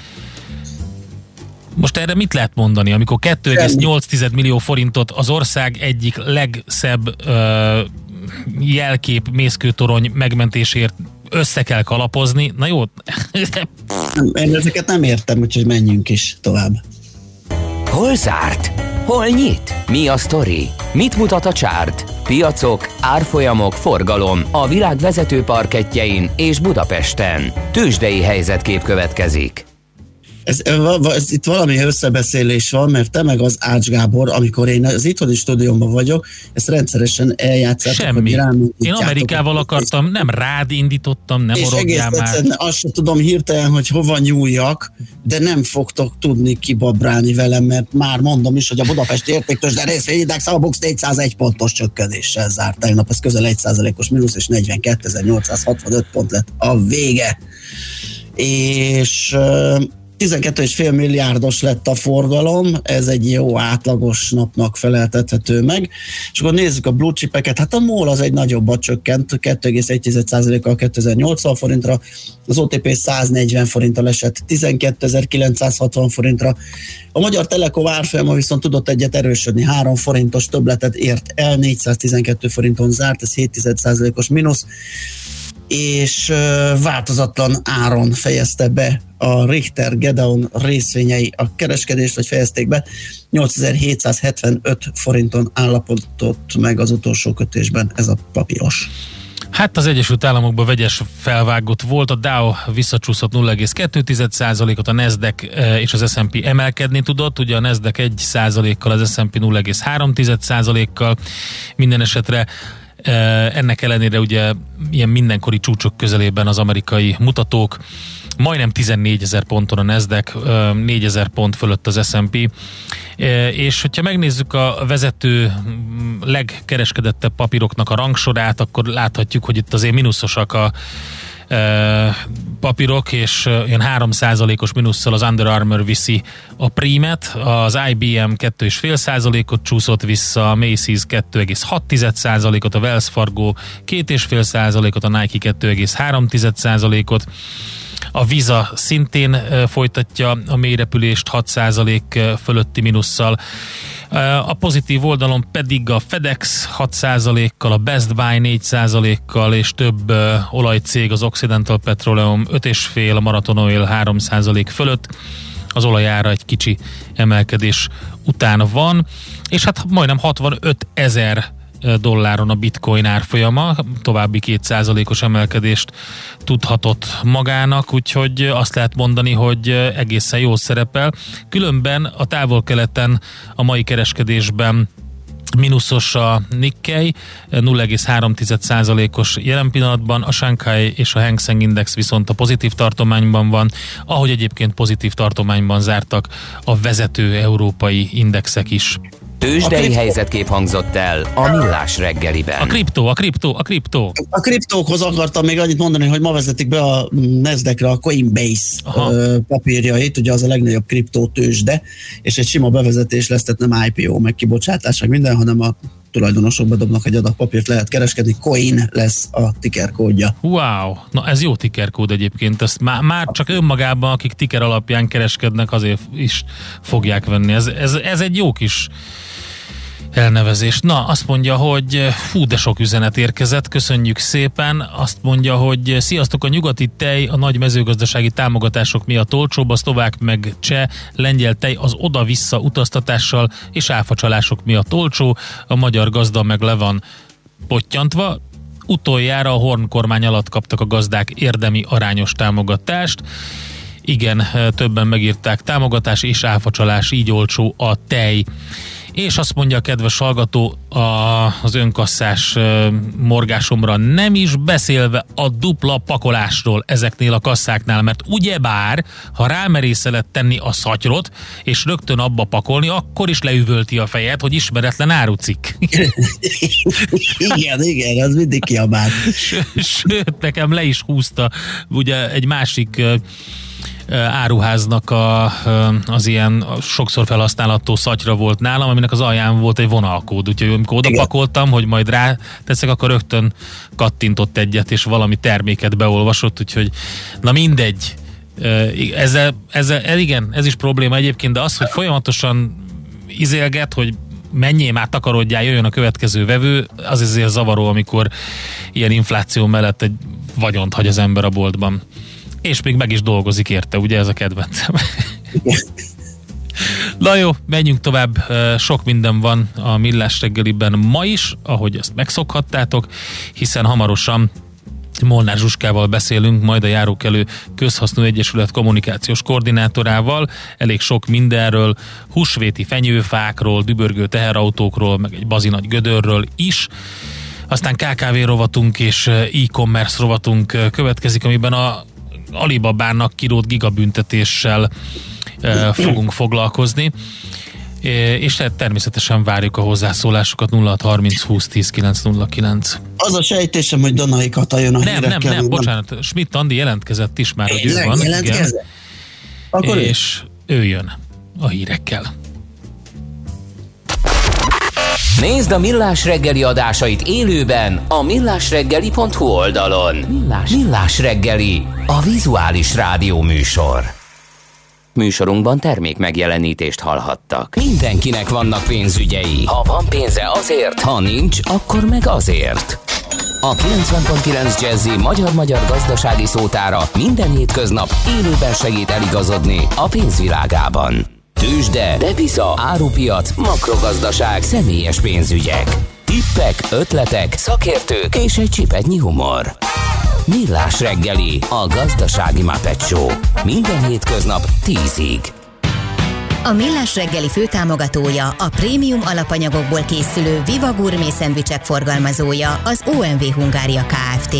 Most erre mit lehet mondani, amikor kettő egész nyolc millió forintot az ország egyik legszebb ö, jelkép mészkőtorony megmentésért össze kell kalapozni? Na jó. Én ezeket nem értem, úgyhogy menjünk is tovább. Hol zárt? Hol nyit? Mi a sztori? Mit mutat a csárt? Piacok, árfolyamok, forgalom a világ vezető parkettjein és Budapesten. Tőzsdei helyzetkép következik. Ez, ez, itt valami összebeszélés van, mert te meg az Ács Gábor, amikor én az itthoni stúdiómban vagyok, ezt rendszeresen eljátszátok. Semmi. Én Amerikával akartam, nem rád indítottam, nem orogjál már. És azt sem tudom hirtelen, hogy hova nyúljak, de nem fogtok tudni kibabrálni velem, mert már mondom is, hogy a Budapesti Értéktőzsde részvényindex a BUX négyszázegy pontos csökkenéssel zárt tegnap, ez közel egy százalékos mínusz, és negyvenkétezer-nyolcszázhatvanöt pont lett a vége. És tizenkettő egész öt milliárdos lett a forgalom, ez egy jó átlagos napnak feleltethető meg. És akkor nézzük a blue chipeket, hát a MOL az egy nagyobbat csökkent, kettő egész egy százalékkal kétezer-nyolcvan forintra, az o té pé száznegyven forinttal esett tizenkétezer-kilencszázhatvan forintra, a Magyar Telekom árfolyama viszont tudott egyet erősödni, három forintos többletet ért el, négyszáztizenkettő forinton zárt, ez hét százalékos mínusz, és változatlan áron fejezte be a Richter Gedeon részvényei a kereskedést, vagy fejezték be, nyolcezer-hétszázhetvenöt forinton állapodott meg az utolsó kötésben ez a papíros. Hát az Egyesült Államokban vegyes felvágott volt, a Dow visszacsúszott nulla egész kettő százalékot, a Nasdaq és az es and pé emelkedni tudott, ugye a Nasdaq egy százalékkal, az es and pé nulla egész három százalékkal, minden esetre ennek ellenére ugye ilyen mindenkori csúcsok közelében az amerikai mutatók, majdnem tizennégyezer ponton a Nasdaq, négyezer pont fölött az es and pé, és hogyha megnézzük a vezető legkereskedettebb papíroknak a rangsorát, akkor láthatjuk, hogy itt azért mínuszosak a papírok, és ilyen három százalékos mínusszal az Under Armour viszi a prímet, az i bé em kettő egész öt százalékot csúszott vissza, a Macy's kettő egész hat százalékot, a Wells Fargo két egész öt százalékot, a Nike kettő egész három százalékot, a Visa szintén folytatja a mélyrepülést hat százalék fölötti minusszal. A pozitív oldalon pedig a FedEx hat százalékkal, a Best Buy négy százalékkal, és több uh, olajcég, az Occidental Petroleum öt egész öt, a Marathon Oil három százalék fölött. Az olajára egy kicsi emelkedés után van, és hát majdnem hatvanöt ezer dolláron a bitcoin árfolyama, további két százalékos emelkedést tudhatott magának, úgyhogy azt lehet mondani, hogy egészen jól szerepel. Különben a Távol-Keleten a mai kereskedésben mínuszos a Nikkei, nulla egész három százalékos jelen pillanatban, a Shanghai és a Hang Seng Index viszont a pozitív tartományban van, ahogy egyébként pozitív tartományban zártak a vezető európai indexek is. Tőzsdei kriptó... helyzetkép hangzott el a Millás reggeliben. A kriptó, a kriptó, a kriptó. A kriptókhoz akartam még annyit mondani, hogy ma vezetik be a Nasdaqre a Coinbase ö, papírjait, ugye az a legnagyobb kriptótőzsde, és egy sima bevezetés lesz, tehát nem i pé o, meg kibocsátás, meg minden, hanem a tulajdonosok bedobnak egy adag papírt, lehet kereskedni, Coin lesz a ticker kódja. Wow, na ez jó ticker kód egyébként, ezt már, már csak önmagában, akik ticker alapján kereskednek, azért is fogják venni. Ez, ez, ez egy jó kis elnevezés. Na, azt mondja, hogy fú, de sok üzenet érkezett, köszönjük szépen. Azt mondja, hogy sziasztok, a nyugati tej a nagy mezőgazdasági támogatások miatt olcsóbb, a szlovák meg cseh, lengyel tej az oda-vissza utaztatással és áfacsalások miatt olcsó, a magyar gazda meg le van pottyantva. Utoljára a Horn kormány alatt kaptak a gazdák érdemi arányos támogatást. Igen, többen megírták, támogatás és áfacsalás, így olcsó a tej. És azt mondja a kedves hallgató a, az önkasszás uh, morgásomra, nem is beszélve a dupla pakolásról ezeknél a kasszáknál, mert ugyebár, ha rámerészeled tenni a szatyrot, és rögtön abba pakolni, akkor is leüvölti a fejed, hogy ismeretlen árucikk. Igen, igen, az mindig kiabál. Sőt, nekem le is húzta ugye egy másik uh, áruháznak a, az ilyen sokszor felhasználható szatyra volt nálam, aminek az alján volt egy vonalkód, úgyhogy amikor oda pakoltam, hogy majd rá teszek, akkor rögtön kattintott egyet, és valami terméket beolvasott, úgyhogy na mindegy. Ezzel, ezzel, igen, ez is probléma egyébként, de az, hogy folyamatosan izélget, hogy menjél már, takarodjál, jöjjön a következő vevő, az azért zavaró, amikor ilyen infláció mellett egy vagyont hagy az ember a boltban. És még meg is dolgozik érte, ugye ez a kedvencem. Na jó, menjünk tovább, sok minden van a Millás reggeliben ma is, ahogy ezt megszokhattátok, hiszen hamarosan Molnár Zsuskával beszélünk, majd a Járókelő Közhasznú Egyesület kommunikációs koordinátorával, elég sok mindenről, húsvéti fenyőfákról, dübörgő teherautókról, meg egy bazinagy gödörről is. Aztán ká ká vé rovatunk és e-commerce rovatunk következik, amiben a Alibabának kirótt gigabüntetéssel e, fogunk foglalkozni, e, és természetesen várjuk a hozzászólásokat nulla hat harminc húsz tíz kilenc nulla kilenc. Az a sejtésem, hogy Donai Kata jön a nem, hírekkel. Nem, nem, bocsánat, Schmidt Andi jelentkezett is már, hogy ő van. Jelentkezett? Akkor és ő. ő jön a hírekkel. Nézd a Millás reggeli adásait élőben a millásreggeli pont hu oldalon. Millás, Millás reggeli, a vizuális rádió műsor. Műsorunkban termék megjelenítést hallhattak. Mindenkinek vannak pénzügyei. Ha van pénze, azért, ha nincs, akkor meg azért. A kilencven pont kilenc Jazzy magyar-magyar gazdasági szótára minden hétköznap élőben segít eligazodni a pénzvilágában. Tőzsde, depisza, árupiac, makrogazdaság, személyes pénzügyek. Tippek, ötletek, szakértők és egy csipetnyi humor. Millás reggeli, a gazdasági Muppet Show. Minden hétköznap tízig. A Millás reggeli főtámogatója, a prémium alapanyagokból készülő Viva Gourmet szendvicsek forgalmazója, az o em vé Hungária Kft.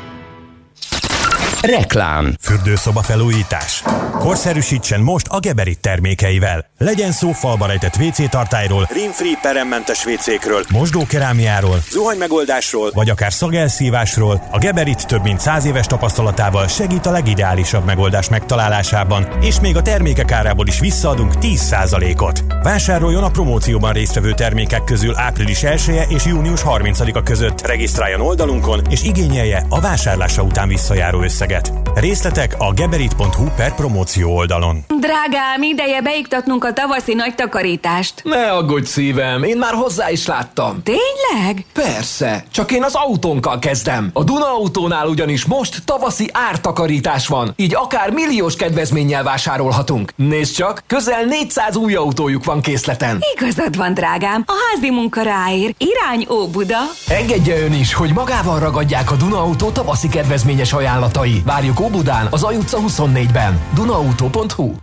Reklám. Fürdőszoba felújítás. Korszerűsítsen most a Geberit termékeivel. Legyen szó falba rejtett vé cé tartályról, rim-free peremmentes vécékről, mosdókerámiáról, zuhanymegoldásról, vagy akár szagelszívásról, a Geberit több mint száz éves tapasztalatával segít a legideálisabb megoldás megtalálásában, és még a termékek árából is visszaadunk tíz százalékot. Vásároljon a promócióban résztvevő termékek közül április elseje és június harmincadika között. Regisztráljon oldalunkon, és igényelje a vásárlása után visszajáró összeget. Részletek a geberit pont hu per promóció oldalon. Drágám, ideje beiktatnunk a tavaszi nagy takarítást. Ne aggódj szívem, én már hozzá is láttam. Tényleg? Persze, csak én az autónkkal kezdem. A Duna Autónál ugyanis most tavaszi ártakarítás van, így akár milliós kedvezménnyel vásárolhatunk. Nézd csak, közel négyszáz új autójuk van készleten. Igazad van, drágám, a házi munka ráér. Irány Óbuda. Engedje ön is, hogy magával ragadják a Duna Autó tavaszi kedvezményes ajánlatai. Várjuk Óbudán, az Aj utca huszonnégyben. dunaauto pont hu.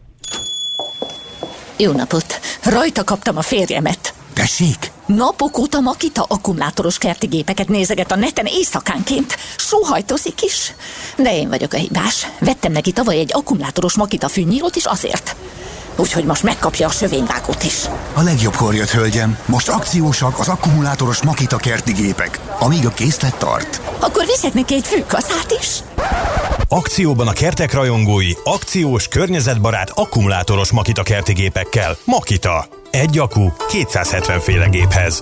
Jó napot! Rajta kaptam a férjemet. Tessék? Napok óta Makita akkumulátoros kerti gépeket nézeget a neten éjszakánként. Sóhajtozik is. De én vagyok a hibás. Vettem neki tavaly egy akkumulátoros Makita fűnyírót is azért. Úgyhogy most megkapja a sövényvágót is. A legjobbkor jött, hölgyem. Most akciósak az akkumulátoros Makita kerti gépek, amíg a készlet tart. Akkor viszek neki egy fűkaszát is. Akcióban a kertek rajongói, akciós, környezetbarát, akkumulátoros Makita kerti gépekkel. Makita. Egy akku kétszázhetven féle géphez.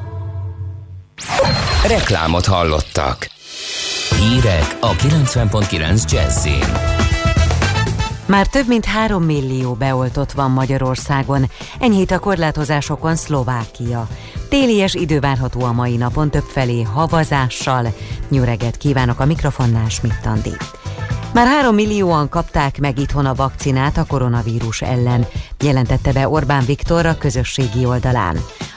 Reklámot hallottak. Hírek a kilencven pont kilenc Jazzyn. Már több mint három millió beoltott van Magyarországon, enyhít a korlátozásokon Szlovákia. Télies idő várható a mai napon, többfelé havazással. Jó reggelt kívánok, a mikrofonnál Schmidt Andi. Már három millióan kapták meg itthon a vakcinát a koronavírus ellen, jelentette be Orbán Viktor a közösségi oldalán.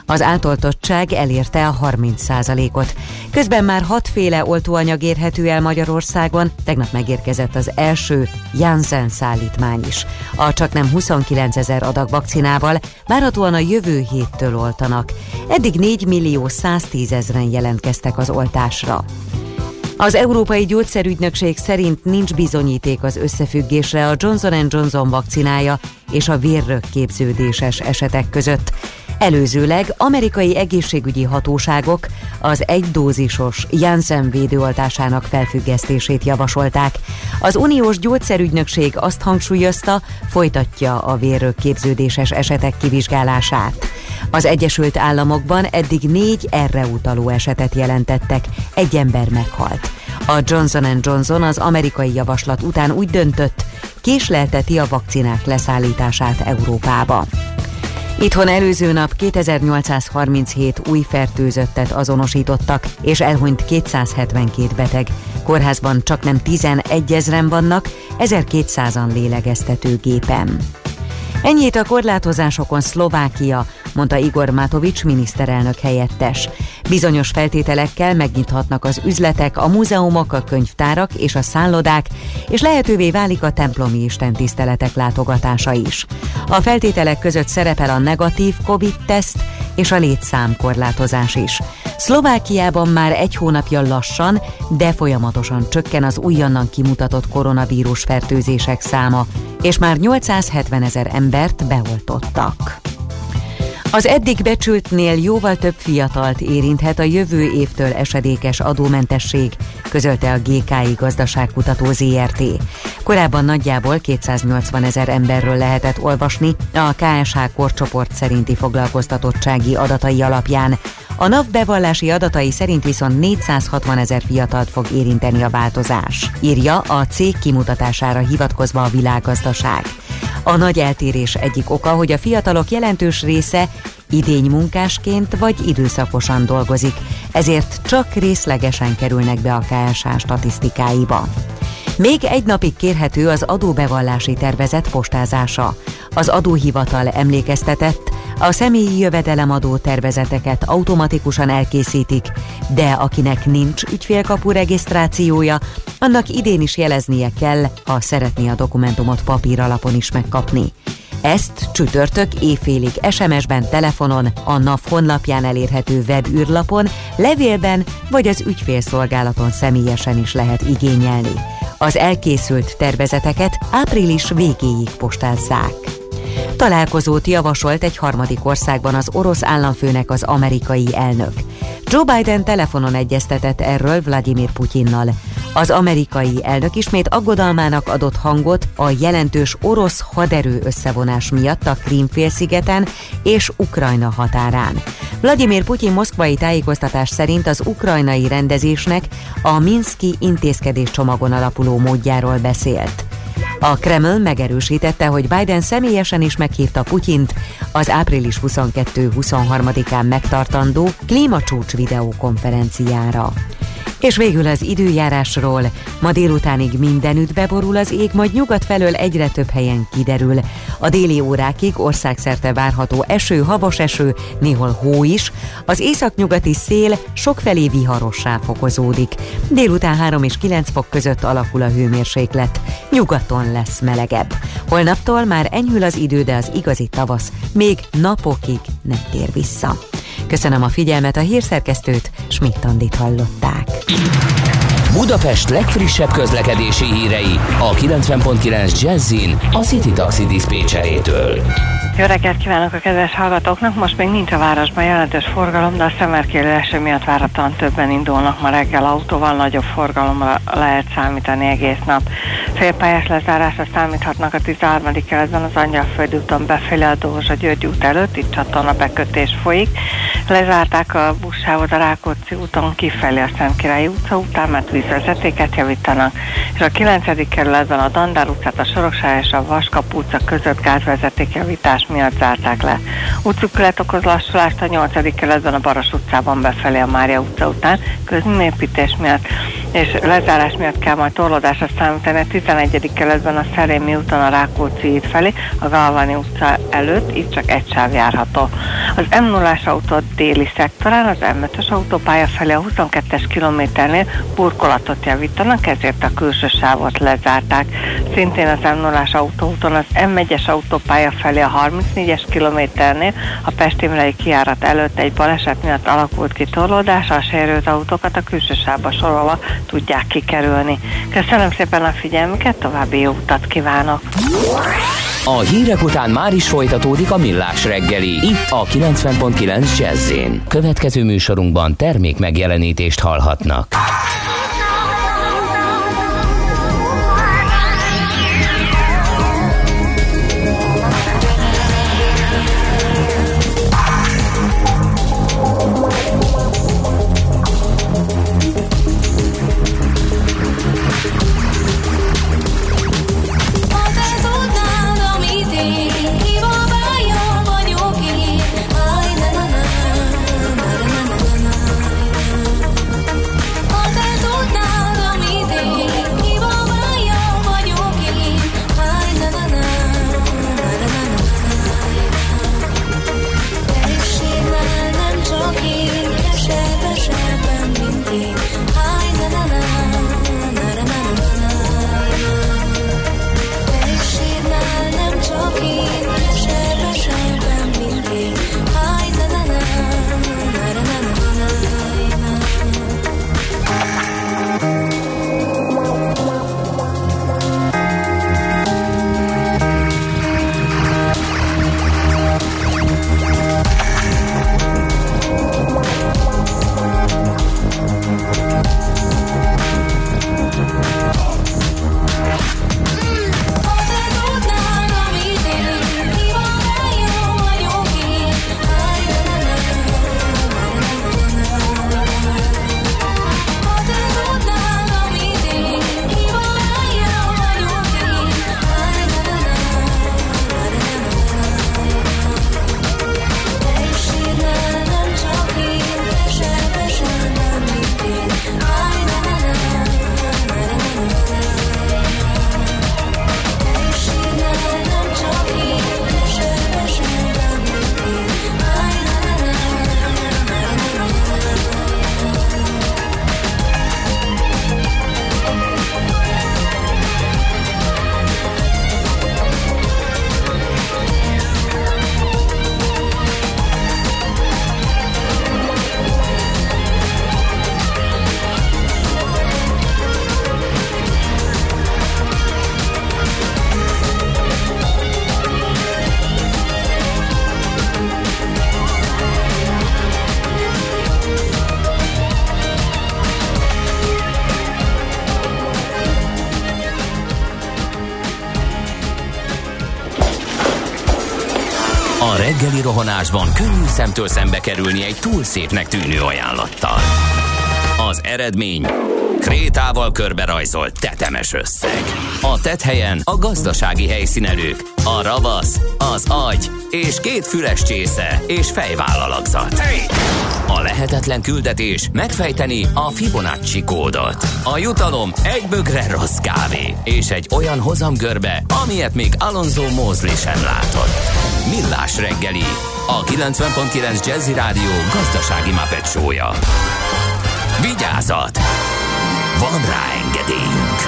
Az átoltottság elérte a harminc százalékot. Közben már hatféle oltóanyag érhető el Magyarországon, tegnap megérkezett az első Janssen szállítmány is. A csaknem huszonkilencezer adag vakcinával várhatóan a jövő héttől oltanak. Eddig négy millió száztízezren jelentkeztek az oltásra. Az Európai Gyógyszerügynökség szerint nincs bizonyíték az összefüggésre a Johnson and Johnson vakcinája és a vérrögképződéses esetek között. Előzőleg amerikai egészségügyi hatóságok az egydózisos Janssen védőoltásának felfüggesztését javasolták. Az uniós gyógyszerügynökség azt hangsúlyozta, folytatja a vérrögképződéses esetek kivizsgálását. Az Egyesült Államokban eddig négy erre utaló esetet jelentettek, egy ember meghalt. A Johnson and Johnson az amerikai javaslat után úgy döntött, késlelteti a vakcinák leszállítását Európába. Itthon előző nap kétezer-nyolcszázharminchét új fertőzöttet azonosítottak, és elhunyt kétszázhetvenkét beteg. Kórházban csaknem tizenegyezren vannak, ezerkétszázan lélegeztetőgépen. Ennyit a korlátozásokon Szlovákia, mondta Igor Matovics miniszterelnök helyettes. Bizonyos feltételekkel megnyithatnak az üzletek, a múzeumok, a könyvtárak és a szállodák, és lehetővé válik a templomi istentiszteletek látogatása is. A feltételek között szerepel a negatív Covid-teszt és a létszámkorlátozás is. Szlovákiában már egy hónapja lassan, de folyamatosan csökken az újonnan kimutatott koronavírus fertőzések száma, és már nyolcszázhetvenezer embert beoltottak. Az eddig becsültnél jóval több fiatalt érinthet a jövő évtől esedékes adómentesség, közölte a gé ká i Gazdaságkutató zé er té. Korábban nagyjából kétszáznyolcvanezer emberről lehetett olvasni a ká es há korcsoport szerinti foglalkoztatottsági adatai alapján. A NAV bevallási adatai szerint viszont négyszázhatvanezer fiatalt fog érinteni a változás, írja a cég kimutatására hivatkozva a Világgazdaság. A nagy eltérés egyik oka, hogy a fiatalok jelentős része idénymunkásként vagy időszakosan dolgozik, ezért csak részlegesen kerülnek be a ká es há statisztikáiba. Még egy napig kérhető az adóbevallási tervezet postázása. Az adóhivatal emlékeztetett, a személyi jövedelemadó tervezeteket automatikusan elkészítik, de akinek nincs ügyfélkapu regisztrációja, annak idén is jeleznie kell, ha szeretné a dokumentumot papíralapon is megkapni. Ezt csütörtök éjfélig es em es-ben, telefonon, a NAV honlapján elérhető webűrlapon, levélben vagy az ügyfélszolgálaton személyesen is lehet igényelni. Az elkészült tervezeteket április végéig postázzák. Találkozót javasolt egy harmadik országban az orosz államfőnek az amerikai elnök. Joe Biden telefonon egyeztetett erről Vladimir Putyinnal. Az amerikai elnök ismét aggodalmának adott hangot a jelentős orosz haderő összevonás miatt a Krím-félszigeten és Ukrajna határán. Vladimir Putyin moszkvai tájékoztatás szerint az ukrajnai rendezésnek a minszki intézkedéscsomagon alapuló módjáról beszélt. A Kreml megerősítette, hogy Biden személyesen is meghívta Putyint az április huszonkettő-huszonharmadikán megtartandó klímacsúcs videókonferenciára. És végül az időjárásról. Ma délutánig mindenütt beborul az ég, majd nyugat felől egyre több helyen kiderül. A déli órákig országszerte várható eső, havas eső, néhol hó is. Az északnyugati szél sokfelé viharossá fokozódik. Délután három és kilenc fok között alakul a hőmérséklet. Nyugaton lesz melegebb. Holnaptól már enyhül az idő, de az igazi tavasz még napokig nem tér vissza. Köszönöm a figyelmet, a hírszerkesztőt, Schmidt-Andit hallották. Budapest legfrissebb közlekedési hírei a kilencven pont kilenc Jazzin a City Taxi diszpécserétől. Jó reggelt kívánok a kedves hallgatóknak! Most még nincs a városban jelentős forgalom, de a szemerkélő eső miatt várhatóan többen indulnak ma reggel autóval, nagyobb forgalomra lehet számítani egész nap. Félpályás lezárásra számíthatnak a tizenharmadik kerületben az Angyalföldi úton befelé a Dózsa-György út előtt, itt csatorna bekötés folyik. Lezárták a buszsávot a Rákóczi úton kifelé a Szentkirályi utca után, mert vízvezetéket javítanak, és a kilencedik kerületben a Dandár utcát, a Soroksáry és a Vaskapu utca között gázvezetékjavítás miatt zárták le. Útszűkület okoz lassulást a nyolcadik kerületben a Baros utcában befelé a Mária utca után közműépítés miatt, és lezárás miatt kell majd torlódásra számítani a tizenegyedik kerületben a Szerémi úton a Rákóczi híd felé, a Galvani utca előtt, itt csak egy sáv járható. Az em nullás autó déli szektorán, az em ötös autópálya felé a huszonkettes kilométernél burkolatot javítanak, ezért a külső sávot lezárták. Szintén az em nullás autóúton az em egyes autópálya felé a harmincnégyes kilométernél a Pest Imrei kijárat előtt egy baleset miatt alakult ki torlódás, a sérült autókat a külső sávba sorolva tudják kikerülni. Köszönöm szépen a figyelmüket, további jó utat kívánok! A hírek után már is folytatódik a Millás reggeli, itt a kilencven pont kilenc Jazz-én. Következő műsorunkban termék megjelenítést hallhatnak. A reggeli rohanásban könnyű szemtől szembe kerülni egy túl szépnek tűnő ajánlattal. Az eredmény krétával körberajzolt tetemes összeg. A tetthelyen a gazdasági helyszínelők, a ravasz, az agy és két füles csésze és fejvállalakzat. A lehetetlen küldetés megfejteni a Fibonacci kódot. A jutalom egy bögre rossz kávé és egy olyan hozamgörbe, amilyet még Alonso Mosley sem látott. Millás reggeli, a kilencven pont kilenc Jazzy Rádió gazdasági Muppet show-ja. Vigyázat! Van rá engedélyünk!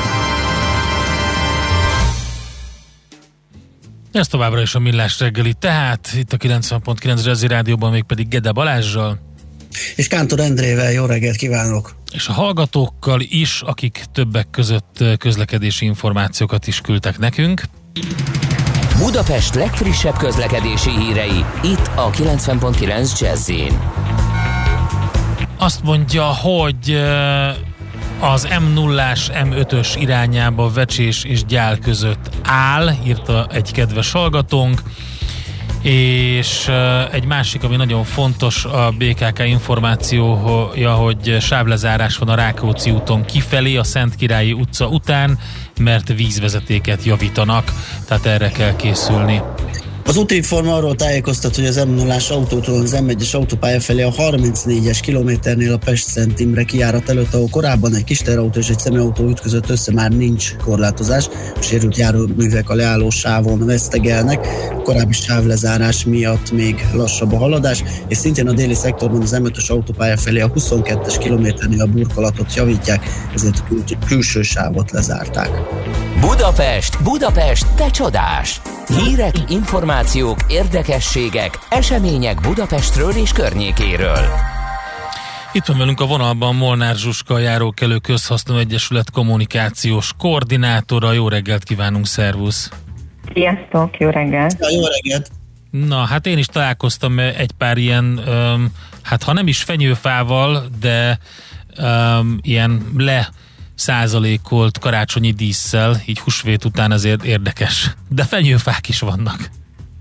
Ez továbbra is a Millás reggeli, tehát itt a kilencven pont kilenc Jazzy Rádióban még pedig Gede Balázssal. És Kántor Endrével jó reggelt kívánok! És a hallgatókkal is, akik többek között közlekedési információkat is küldtek nekünk. Budapest legfrissebb közlekedési hírei, itt a kilencven pont kilenc Jazz-én. Azt mondja, hogy az em nullás em ötös irányába Vecsés és Gyál között áll, írta egy kedves hallgatónk, és egy másik, ami nagyon fontos, a bé ká ká információja, hogy sávlezárás van a Rákóczi úton kifelé, a Szentkirályi utca után, mert vízvezetéket javítanak, tehát erre kell készülni. Az útinforma arról tájékoztat, hogy az em nullás autótól az em egyes autópálya felé a harmincnégyes kilométernél a Pest-Szent Imre kijárat előtt, ahol korábban egy kis teherautó és egy személyautó ütközött össze, már nincs korlátozás. A sérült járművek a leálló sávon vesztegelnek, a korábbi sávlezárás miatt még lassabb a haladás, és szintén a déli szektorban az em ötös autópálya felé a huszonkettes kilométernél a burkolatot javítják, ezért a kül- külső sávot lezárták. Budapest, Budapest, te csodás! Hírek, információk, érdekességek, események Budapestről és környékéről. Itt van velünk a vonalban Molnár Zsuska, a Járókelő Közhasznú Egyesület kommunikációs koordinátora. Jó reggelt kívánunk, szervusz! Sziasztok, jó reggelt! Ja, jó reggelt! Na, hát én is találkoztam egy pár ilyen, öm, hát ha nem is fenyőfával, de öm, ilyen le százalékolt karácsonyi dísszel, így húsvét után azért érdekes. De fenyőfák is vannak.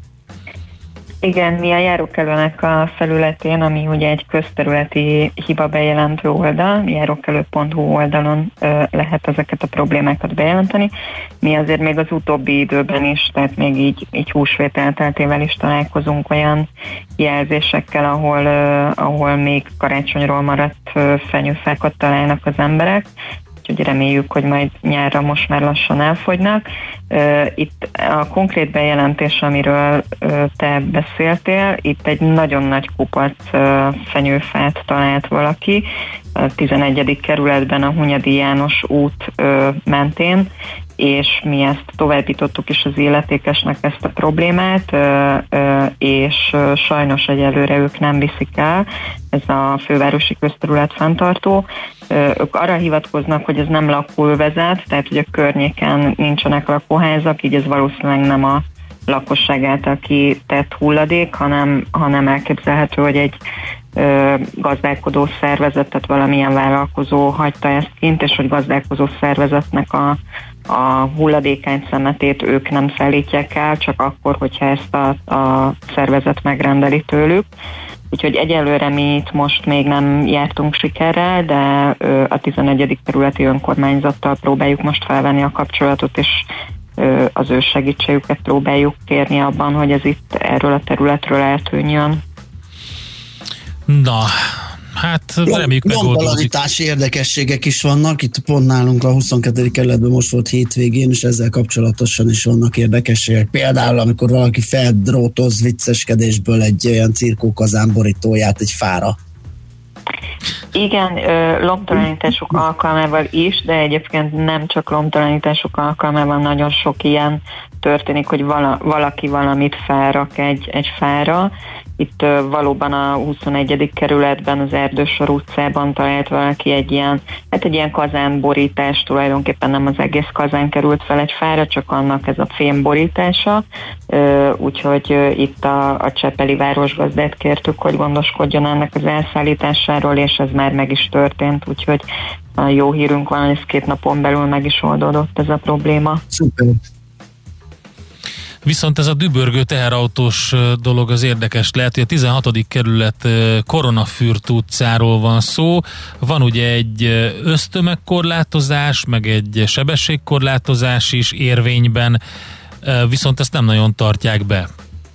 Igen, mi a Járókelőnek a felületén, ami ugye egy közterületi hiba bejelentő oldal, járókelő pont hu oldalon ö, lehet ezeket a problémákat bejelenteni. Mi azért még az utóbbi időben is, tehát még így, így húsvét elteltével is találkozunk olyan jelzésekkel, ahol, ö, ahol még karácsonyról maradt ö, fenyőfákat találnak az emberek. Úgyhogy reméljük, hogy majd nyárra most már lassan elfogynak. Itt a konkrét bejelentés, amiről te beszéltél, itt egy nagyon nagy kupac fenyőfát talált valaki, a tizenegyedik kerületben a Hunyadi János út mentén, és mi ezt továbbítottuk is az illetékesnek ezt a problémát, és sajnos egyelőre ők nem viszik el, ez a fővárosi közterület fenntartó. Ők arra hivatkoznak, hogy ez nem lakóövezet, tehát hogy a környéken nincsenek lakóházak, így ez valószínűleg nem a lakosság által kitett hulladék, hanem, hanem elképzelhető, hogy egy ö, gazdálkodó szervezet, tehát valamilyen vállalkozó hagyta ezt kint, és hogy gazdálkozó szervezetnek a, a hulladékány szemetét ők nem szállítják el, csak akkor, hogyha ezt a, a szervezet megrendeli tőlük. Úgyhogy egyelőre mi itt most még nem jártunk sikerrel, de ö, a tizenegyedik kerületi önkormányzattal próbáljuk most felvenni a kapcsolatot, és ö, az ő segítségüket próbáljuk kérni abban, hogy ez itt erről a területről eltűnjön. Na, hát reméljük megoldódik. Gondbalanítási érdekességek is vannak, itt pont nálunk a huszonkettedik kerületben most volt hétvégén, és ezzel kapcsolatosan is vannak érdekességek. Például, amikor valaki feldrótoz vicceskedésből egy olyan cirkókazán borítóját egy fára. Igen, lombtalanítások alkalmával is, de egyébként nem csak lombtalanítások alkalmával, nagyon sok ilyen történik, hogy vala, valaki valamit felrak egy, egy fára. Itt uh, valóban a huszonegyedik kerületben, az Erdősor utcában talált valaki egy ilyen, hát egy ilyen kazánborítás, tulajdonképpen nem az egész kazán került fel egy fára, csak annak ez a fémborítása, uh, úgyhogy uh, itt a, a csepeli városgazdát kértük, hogy gondoskodjon ennek az elszállításáról, és ez már meg is történt, úgyhogy uh, jó hírünk van, hogy ez két napon belül meg is oldódott ez a probléma. Szuper. Viszont ez a dübörgő teherautós dolog az érdekes lehet, hogy a tizenhatodik kerület Koronafürt utcáról van szó. Van ugye egy ösztömegkorlátozás, meg egy sebességkorlátozás is érvényben, viszont ezt nem nagyon tartják be.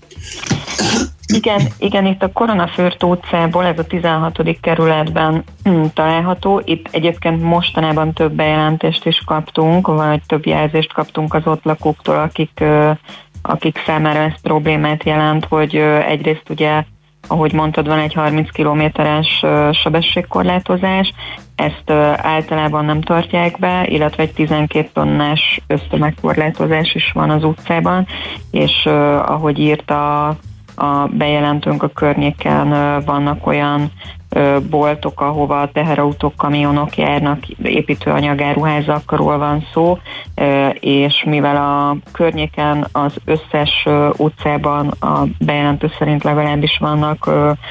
Igen, igen, itt a Koronafürt utcából, ez a tizenhatodik kerületben hm, található. Itt egyébként mostanában több bejelentést is kaptunk, vagy több jelzést kaptunk az ott lakóktól, akik akik számára ez problémát jelent, hogy egyrészt ugye, ahogy mondtad, van egy harminc kilométeres sebességkorlátozás, ezt általában nem tartják be, illetve egy tizenkét tonnás ösztömegkorlátozás is van az utcában, és ahogy írt a, a bejelentőnk, a környéken vannak olyan boltok, ahova a teherautók, kamionok járnak, építőanyagáruházakról van szó, és mivel a környéken az összes utcában a bejelentő szerint legalábbis vannak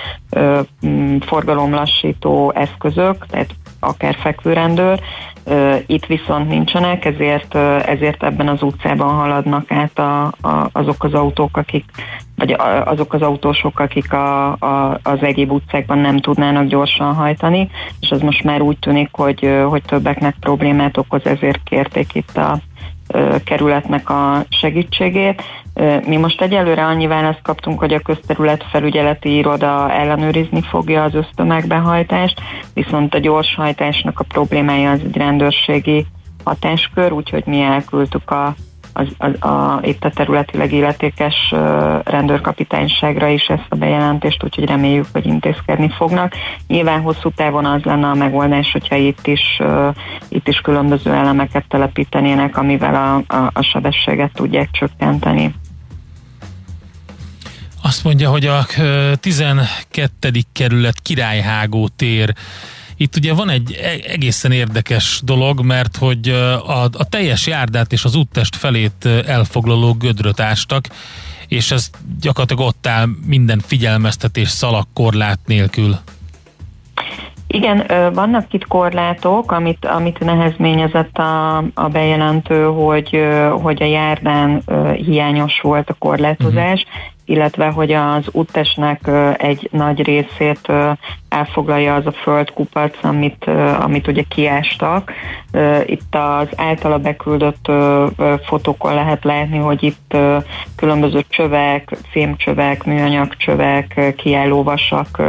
forgalomlassító eszközök, tehát akár fekvőrendőr, itt viszont nincsenek, ezért, ezért ebben az utcában haladnak át a, a, azok az autók, akik, vagy azok az autósok, akik a, a, az egyéb utcákban nem tudnának gyorsan hajtani, és ez most már úgy tűnik, hogy, hogy többeknek problémát okoz, ezért kérték itt a kerületnek a segítségét. Mi most egyelőre annyi választ kaptunk, hogy a közterületfelügyeleti iroda ellenőrizni fogja az össztömegbehajtást, viszont a gyorshajtásnak a problémája az egy rendőrségi hatáskör, úgyhogy mi elküldtük a, a, a, a, itt a területileg illetékes rendőrkapitányságra is ezt a bejelentést, úgyhogy reméljük, hogy intézkedni fognak. Nyilván hosszú távon az lenne a megoldás, hogyha itt is, itt is különböző elemeket telepítenének, amivel a, a, a sebességet tudják csökkenteni. Azt mondja, hogy a tizenkettedik kerület Királyhágó tér. Itt ugye van egy egészen érdekes dolog, mert hogy a, a teljes járdát és az úttest felét elfoglaló gödröt ástak, és ez gyakorlatilag ott áll minden figyelmeztetés, szalag, korlát nélkül. Igen, vannak itt korlátok, amit, amit nehezményezett a, a bejelentő, hogy, hogy a járdán hiányos volt a korlátozás, uh-huh. illetve hogy az úttestnek egy nagy részét elfoglalja az a földkupac, amit, amit ugye kiástak. Itt az általa beküldött fotókon lehet látni, hogy itt különböző csövek, fémcsövek, műanyagcsövek, kiállóvasak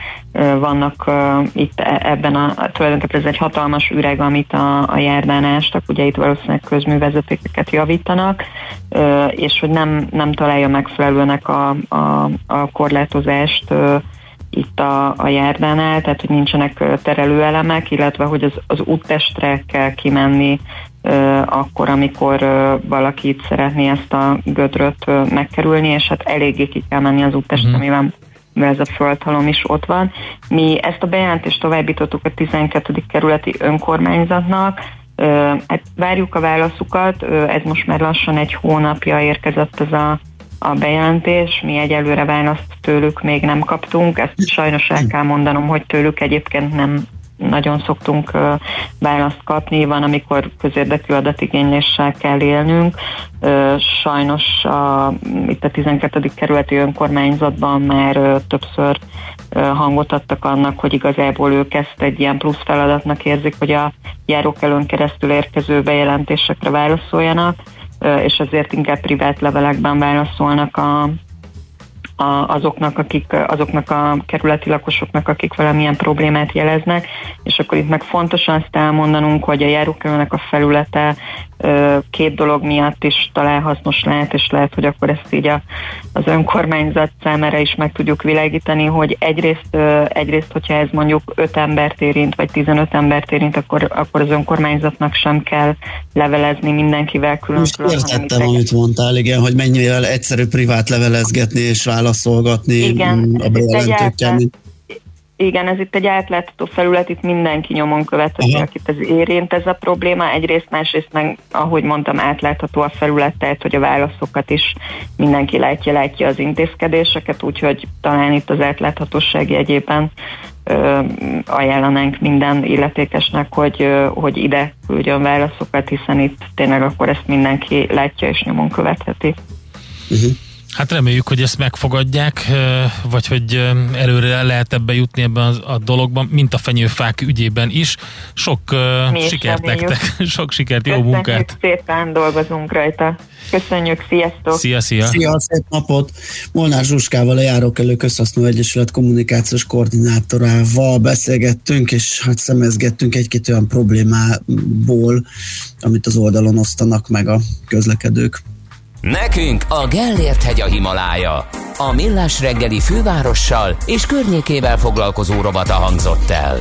vannak uh, itt ebben a, tulajdonképpen ez egy hatalmas üreg, amit a, a járdán ástak, ugye itt valószínűleg közművezetékeket javítanak, uh, és hogy nem, nem találja megfelelőnek a, a, a korlátozást uh, itt a, a járdánál, tehát hogy nincsenek terelőelemek, illetve hogy az, az úttestre kell kimenni uh, akkor, amikor uh, valaki itt szeretné ezt a gödröt uh, megkerülni, és hát eléggé ki kell menni az úttestre, mm-hmm. mivel mert ez a földhalom is ott van. Mi ezt a bejelentést továbbítottuk a tizenkettedik kerületi önkormányzatnak, hát várjuk a válaszukat, ez most már lassan egy hónapja érkezett ez a, a bejelentés, mi egyelőre választ tőlük még nem kaptunk, ezt sajnos el kell mondanom, hogy tőlük egyébként nem nagyon szoktunk uh, választ kapni, van, amikor közérdekű adatigényléssel kell élnünk. Uh, sajnos a, itt a tizenkettedik kerületi önkormányzatban már uh, többször uh, hangot adtak annak, hogy igazából ők ezt egy ilyen plusz feladatnak érzik, hogy a járókelőn keresztül érkező bejelentésekre válaszoljanak, uh, és ezért inkább privát levelekben válaszolnak a A, azoknak, akik, azoknak a kerületi lakosoknak, akik valamilyen problémát jeleznek, és akkor itt meg fontos azt elmondanunk, hogy a járókelőnek a felülete két dolog miatt is talán hasznos lehet, és lehet, hogy akkor ezt így a, az önkormányzat számára is meg tudjuk világítani, hogy egyrészt, egyrészt hogyha ez mondjuk öt embert érint, vagy tizenöt embert érint, akkor, akkor az önkormányzatnak sem kell levelezni mindenkivel külön-külön. Most értettem, amit mondtál, igen, hogy mennyivel egyszerű privát levelezgetni és válaszolgatni igen, a bejelentőkkel. Igen, ez itt egy átlátható felület, itt mindenki nyomon követheti, akit ez érint ez a probléma. Egyrészt, másrészt meg, ahogy mondtam, átlátható a felület, tehát, hogy a válaszokat is mindenki látja, látja az intézkedéseket, úgyhogy talán itt az átláthatóság jegyében ö, ajánlanánk minden illetékesnek, hogy, ö, hogy ide küldjön válaszokat, hiszen itt tényleg akkor ezt mindenki látja és nyomon követheti. Uh-huh. Hát reméljük, hogy ezt megfogadják, vagy hogy előre lehet ebbe jutni ebben a, a dologban, mint a fenyőfák ügyében is. Sok uh, sikert nektek, sok sikert, jó munkát! Köszönjük szépen, dolgozunk rajta. Köszönjük, sziasztok! Szia, szia! Szia, szép napot! Molnár Zsuskával, a Járókelő Közhasznú Egyesület kommunikációs koordinátorával beszélgettünk, és hát szemezgettünk egy-két olyan problémából, amit az oldalon osztanak meg a közlekedők. Nekünk a Gellért-hegy a Himalája. A Millás reggeli fővárossal és környékével foglalkozó rovata hangzott el.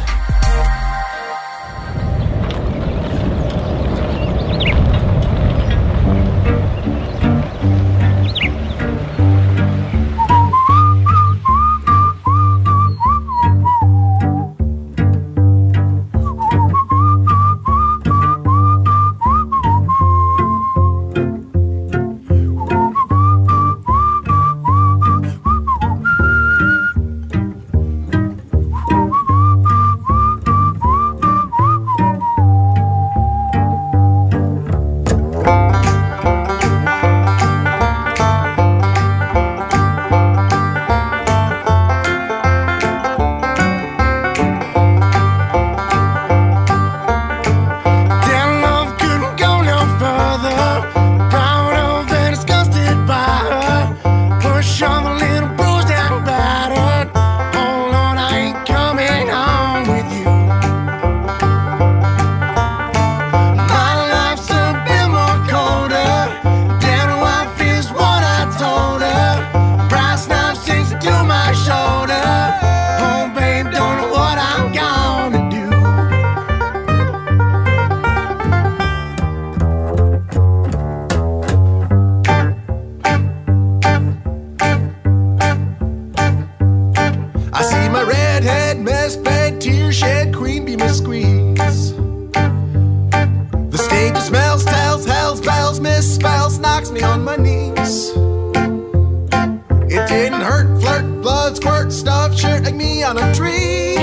on a tree.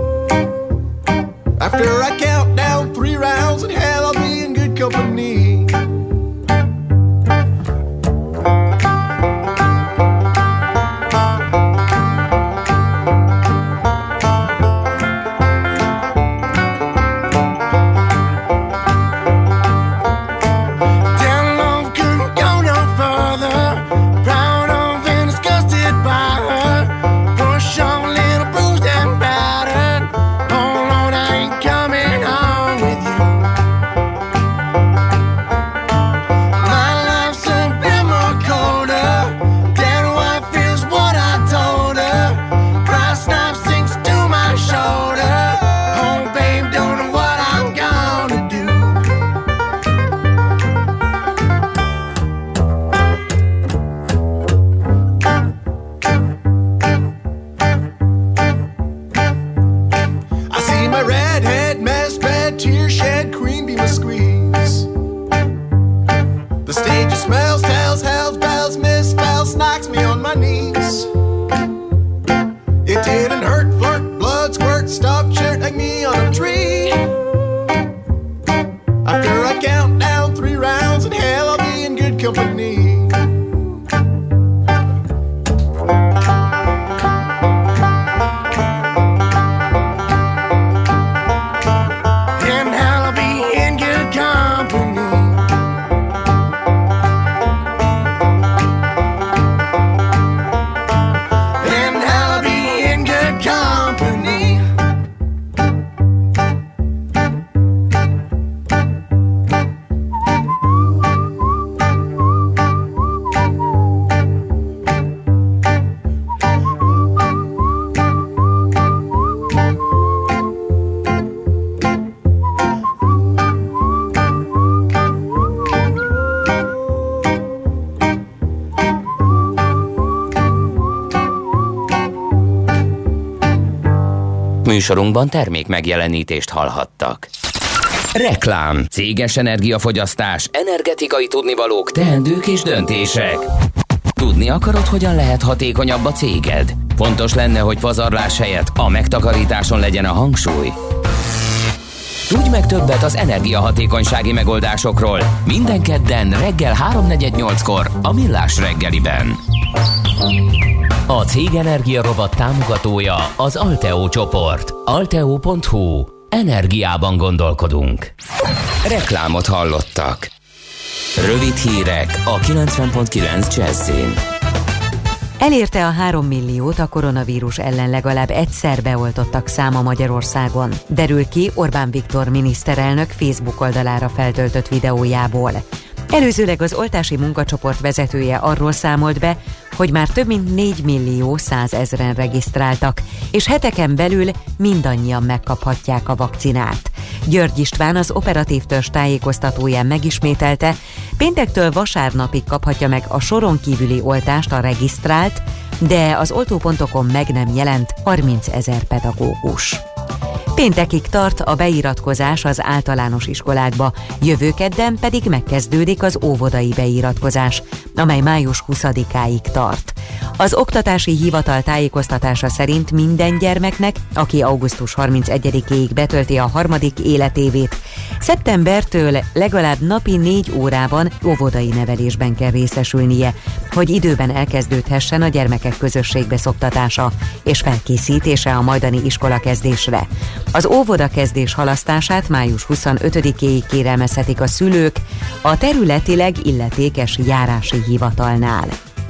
After I count down three rounds, and hell, I'll be in good company. Műsorunkban termék megjelenítést hallhattak. Reklám, céges energiafogyasztás, energetikai tudnivalók, teendők és döntések. Tudni akarod, hogyan lehet hatékonyabb a céged? Fontos lenne, hogy pazarlás helyett a megtakarításon legyen a hangsúly. Tudj meg többet az energiahatékonysági megoldásokról minden kedden reggel háromnegyednyolckor a Millás reggeliben. A Cég Energia Robot támogatója az Alteo csoport. alteo pont hu. Energiában gondolkodunk. Reklámot hallottak. Rövid hírek a kilencven pont kilenc Jazzin. Elérte a három milliót a koronavírus ellen legalább egyszer beoltottak száma Magyarországon. Derül ki Orbán Viktor miniszterelnök Facebook oldalára feltöltött videójából. Előzőleg az oltási munkacsoport vezetője arról számolt be, hogy már több mint négy millió százezren regisztráltak, és heteken belül mindannyian megkaphatják a vakcinát. György István az operatív törzs tájékoztatóján megismételte, péntektől vasárnapig kaphatja meg a soron kívüli oltást a regisztrált, de az oltópontokon meg nem jelent harmincezer pedagógus. Péntekig tart a beiratkozás az általános iskolákba, jövő kedden pedig megkezdődik az óvodai beiratkozás, amely május huszadikáig tart. Az Oktatási Hivatal tájékoztatása szerint minden gyermeknek, aki augusztus harmincegyedikéig betölti a harmadik életévét, szeptembertől legalább napi négy órában óvodai nevelésben kell részesülnie, hogy időben elkezdődhessen a gyermekek közösségbe szoktatása és felkészítése a majdani iskolakezdésre. Az óvodakezdés halasztását május huszonötödikéig kérelmezhetik a szülők a területileg illetékes járási hivatalnál.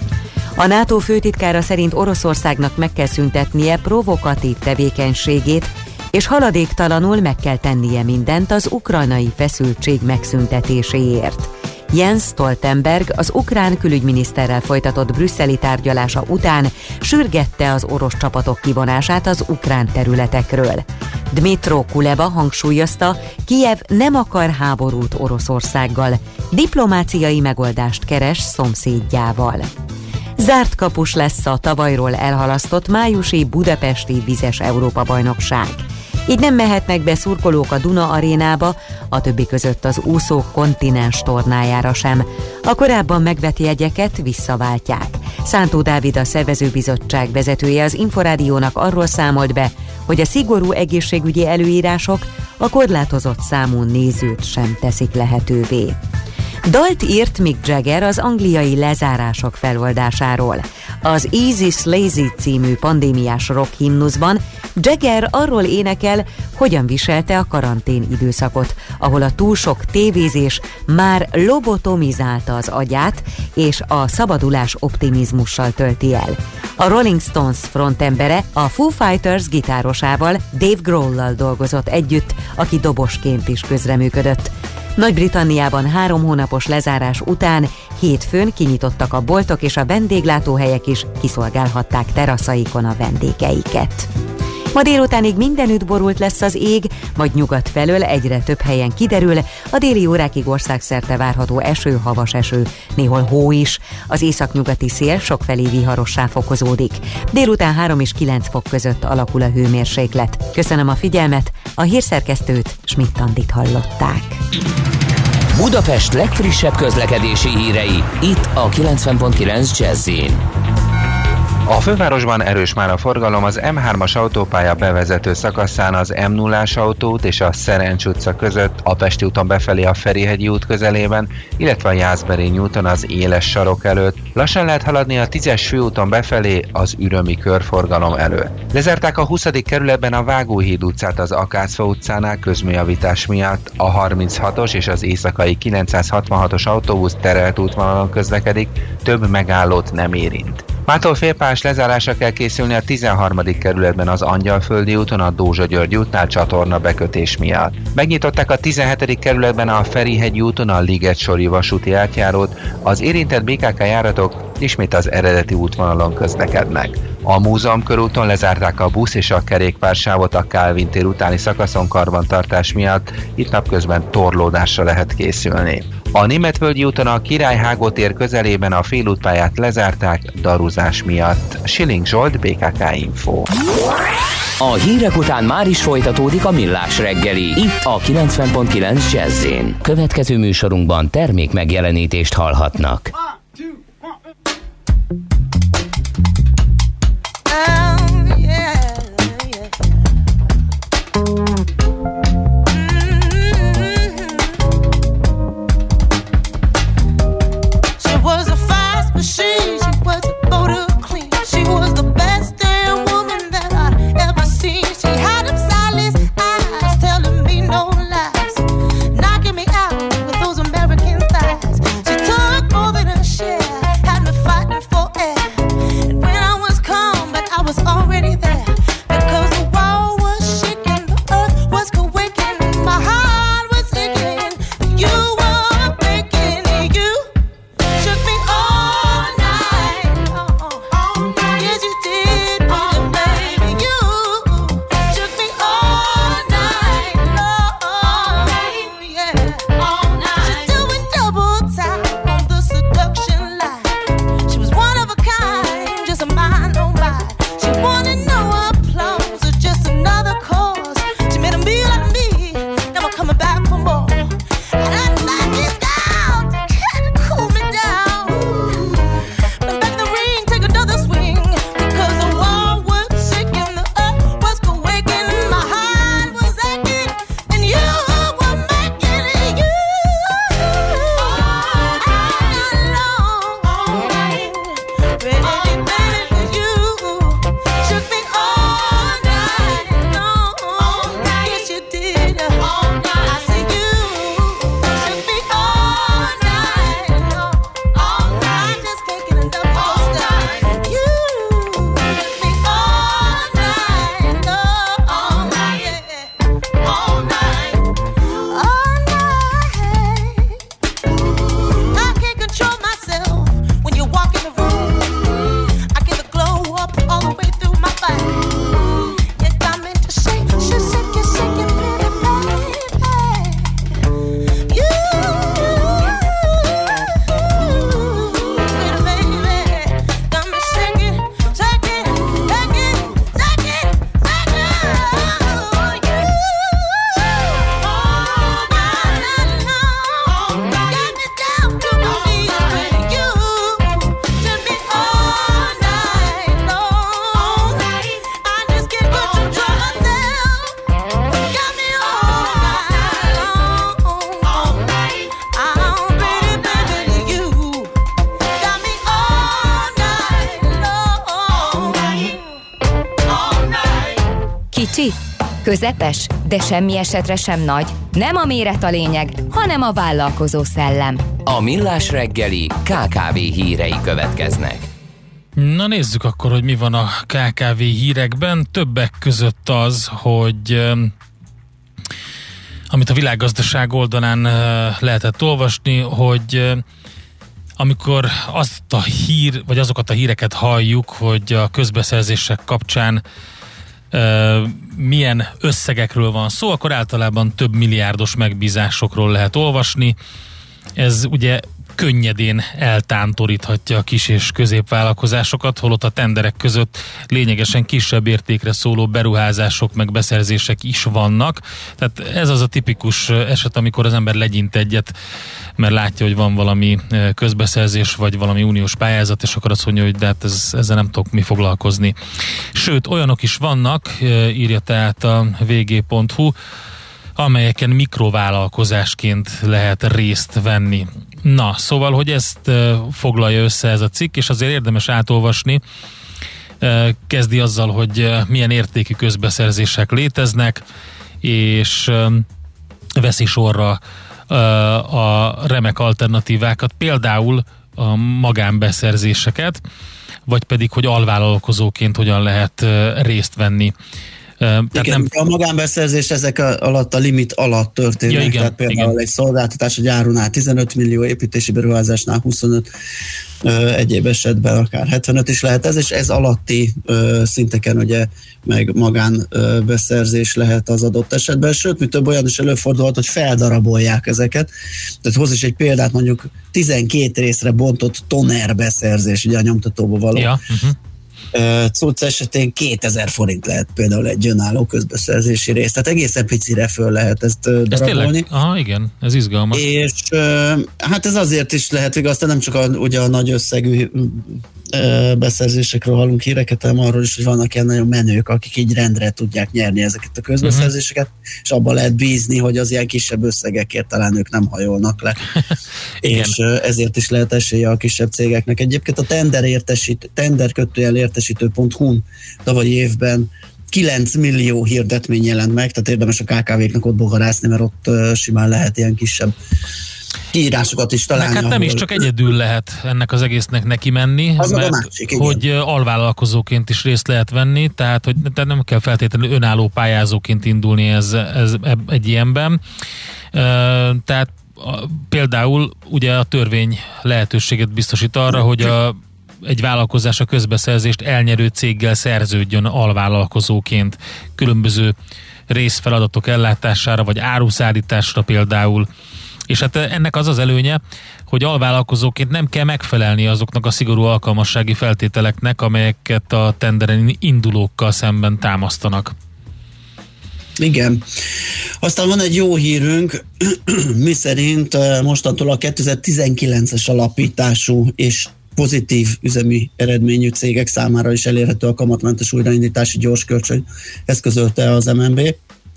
A NATO főtitkára szerint Oroszországnak meg kell szüntetnie provokatív tevékenységét, és haladéktalanul meg kell tennie mindent az ukrajnai feszültség megszüntetéséért. Jens Stoltenberg az ukrán külügyminiszterrel folytatott brüsszeli tárgyalása után sürgette az orosz csapatok kivonását az ukrán területekről. Dmytro Kuleba hangsúlyozta, Kijev nem akar háborút Oroszországgal, diplomáciai megoldást keres szomszédjával. Zárt kapus lesz a tavalyról elhalasztott májusi budapesti vizes Európa-bajnokság. Így nem mehetnek be szurkolók a Duna arénába, a többi között az úszók kontinens tornájára sem. A korábban megvett jegyeket visszaváltják. Szántó Dávid, a szervezőbizottság vezetője az Inforádiónak arról számolt be, hogy a szigorú egészségügyi előírások a korlátozott számú nézőt sem teszik lehetővé. Dalt írt Mick Jagger az angliai lezárások feloldásáról. Az Easy Slazy című pandémiás rock himnuszban Jagger arról énekel, hogyan viselte a karantén időszakot, ahol a túl sok tévézés már lobotomizálta az agyát, és a szabadulás optimizmussal tölti el. A Rolling Stones frontembere a Foo Fighters gitárosával, Dave Grohl-lal dolgozott együtt, aki dobosként is közreműködött. Nagy-Britanniában három hónapos lezárás után hétfőn kinyitottak a boltok, és a vendéglátóhelyek is kiszolgálhatták teraszaikon a vendégeiket. Ma délutánig mindenütt borult lesz az ég, majd nyugat felől egyre több helyen kiderül, a déli órákig országszerte várható eső, havas eső, néhol hó is. Az északnyugati szél sokfelé viharossá fokozódik. Délután három és kilenc fok között alakul a hőmérséklet. Köszönöm a figyelmet, a hírszerkesztőt, Schmidt-Andit hallották. Budapest legfrissebb közlekedési hírei, itt a kilencven pont kilenc Jazz-in. A fővárosban erős már a forgalom az M hármas autópálya bevezető szakaszán az M nullás autóút és a Szerencs utca között, a Pesti úton befelé a Ferihegyi út közelében, illetve a Jászberény úton az Éles sarok előtt. Lassan lehet haladni a tízes főúton befelé az Ürömi körforgalom előtt. Lezárták a huszadik kerületben a Vágóhíd utcát az Akácfa utcánál közműjavítás miatt. A harminchatos és az éjszakai kilencszázhatvanhatos autóbusz terelt útvonalon közlekedik, több megállót nem érint. Mától félpályás lezárásra kell készülni a tizenharmadik kerületben az Angyalföldi úton a Dózsa-György útnál csatorna bekötés miatt. Megnyitották a tizenhetedik kerületben a Ferihegyi úton a Liget-sori vasúti átjárót, az érintett bé ká ká járatok ismét az eredeti útvonalon közlekednek. A Múzeum körúton lezárták a busz és a kerékpársávot a Kálvin tér utáni szakaszon karbantartás miatt, itt napközben torlódásra lehet készülni. A Németvölgyi úton a Királyhágó tér közelében a félútpályát lezárták daruzás miatt. Schilling Zsolt, bé ká ká Info. A hírek után már is folytatódik a Millás reggeli, itt a kilencven pont kilenc Jazz-in. Következő műsorunkban termék megjelenítést hallhatnak. Kicsi? Közepes? De semmi esetre sem nagy. Nem a méret a lényeg, hanem a vállalkozó szellem. A Millás reggeli ká ká vé hírei következnek. Na nézzük akkor, hogy mi van a ká ká vé hírekben. Többek között az, hogy amit a világgazdaság oldalán lehetett olvasni, hogy amikor azt a hír, vagy azokat a híreket halljuk, hogy a közbeszerzések kapcsán milyen összegekről van szó, akkor általában több milliárdos megbízásokról lehet olvasni. Ez ugye könnyedén eltántoríthatja a kis és középvállalkozásokat, holott a tenderek között lényegesen kisebb értékre szóló beruházások meg beszerzések is vannak. Tehát ez az a tipikus eset, amikor az ember legyint egyet, mert látja, hogy van valami közbeszerzés, vagy valami uniós pályázat, és akkor azt mondja, hogy de hát ez, ezzel nem tudok mi foglalkozni. Sőt, olyanok is vannak, írja tehát a vé gé pont hú, amelyeken mikrovállalkozásként lehet részt venni. Na, szóval, hogy ezt uh, foglalja össze ez a cikk, és azért érdemes átolvasni. Uh, kezdi azzal, hogy uh, milyen értékű közbeszerzések léteznek, és uh, veszi sorra uh, a remek alternatívákat, például a magánbeszerzéseket, vagy pedig, hogy alvállalkozóként hogyan lehet uh, részt venni. Tehát igen, nem... a magánbeszerzés ezek alatt a limit alatt történnek, ja, igen, tehát például igen. Egy szolgáltatás a gyárunál tizenöt millió, építési beruházásnál huszonöt, ö, egyéb esetben akár hetvenöt is lehet ez, és ez alatti ö, szinteken ugye meg magánbeszerzés lehet az adott esetben, sőt, mi több olyan is előfordulhat, hogy feldarabolják ezeket. Tehát hoz is egy példát, mondjuk tizenkét részre bontott toner beszerzés, ugye a nyomtatóba való. Ja, uh-huh. Cucc esetén kétezer forint lehet például egy önálló közbeszerzési rész, tehát egészen picire föl lehet ezt darabolni. Ez tényleg? Aha, igen, ez izgalmas. És hát ez azért is lehet igaz, de nem csak a, ugye a nagy összegű beszerzésekről hallunk híreket, hanem arról is, hogy vannak ilyen nagyon menők, akik így rendre tudják nyerni ezeket a közbeszerzéseket, uh-huh. és abban lehet bízni, hogy az ilyen kisebb összegekért talán ők nem hajolnak le. És ezért is lehet esélye a kisebb cégeknek. Egyébként a tender értesít, tender kötőjel értesítő pont hu-n tavalyi évben kilenc millió hirdetmény jelent meg, tehát érdemes a ká ká véknak ott bogarászni, mert ott uh, simán lehet ilyen kisebb kiírásokat is találni. Hát nem is csak egyedül lehet ennek az egésznek neki menni, az mert másik, hogy alvállalkozóként is részt lehet venni, tehát hogy tehát nem kell feltétlenül önálló pályázóként indulni ez, ez egy ilyenben. Tehát például ugye a törvény lehetőséget biztosít arra, hogy a egy vállalkozás a közbeszerzést elnyerő céggel szerződjön alvállalkozóként különböző részfeladatok ellátására, vagy áruszállításra például. És hát ennek az az előnye, hogy alvállalkozóként nem kell megfelelni azoknak a szigorú alkalmassági feltételeknek, amelyeket a tenderen indulókkal szemben támasztanak. Igen. Aztán van egy jó hírünk, miszerint mostantól a kétezer-tizenkilences alapítású és pozitív üzemi eredményű cégek számára is elérhető a kamatmentes újraindítási gyorskölcsön. Ezt közölte az em en bé.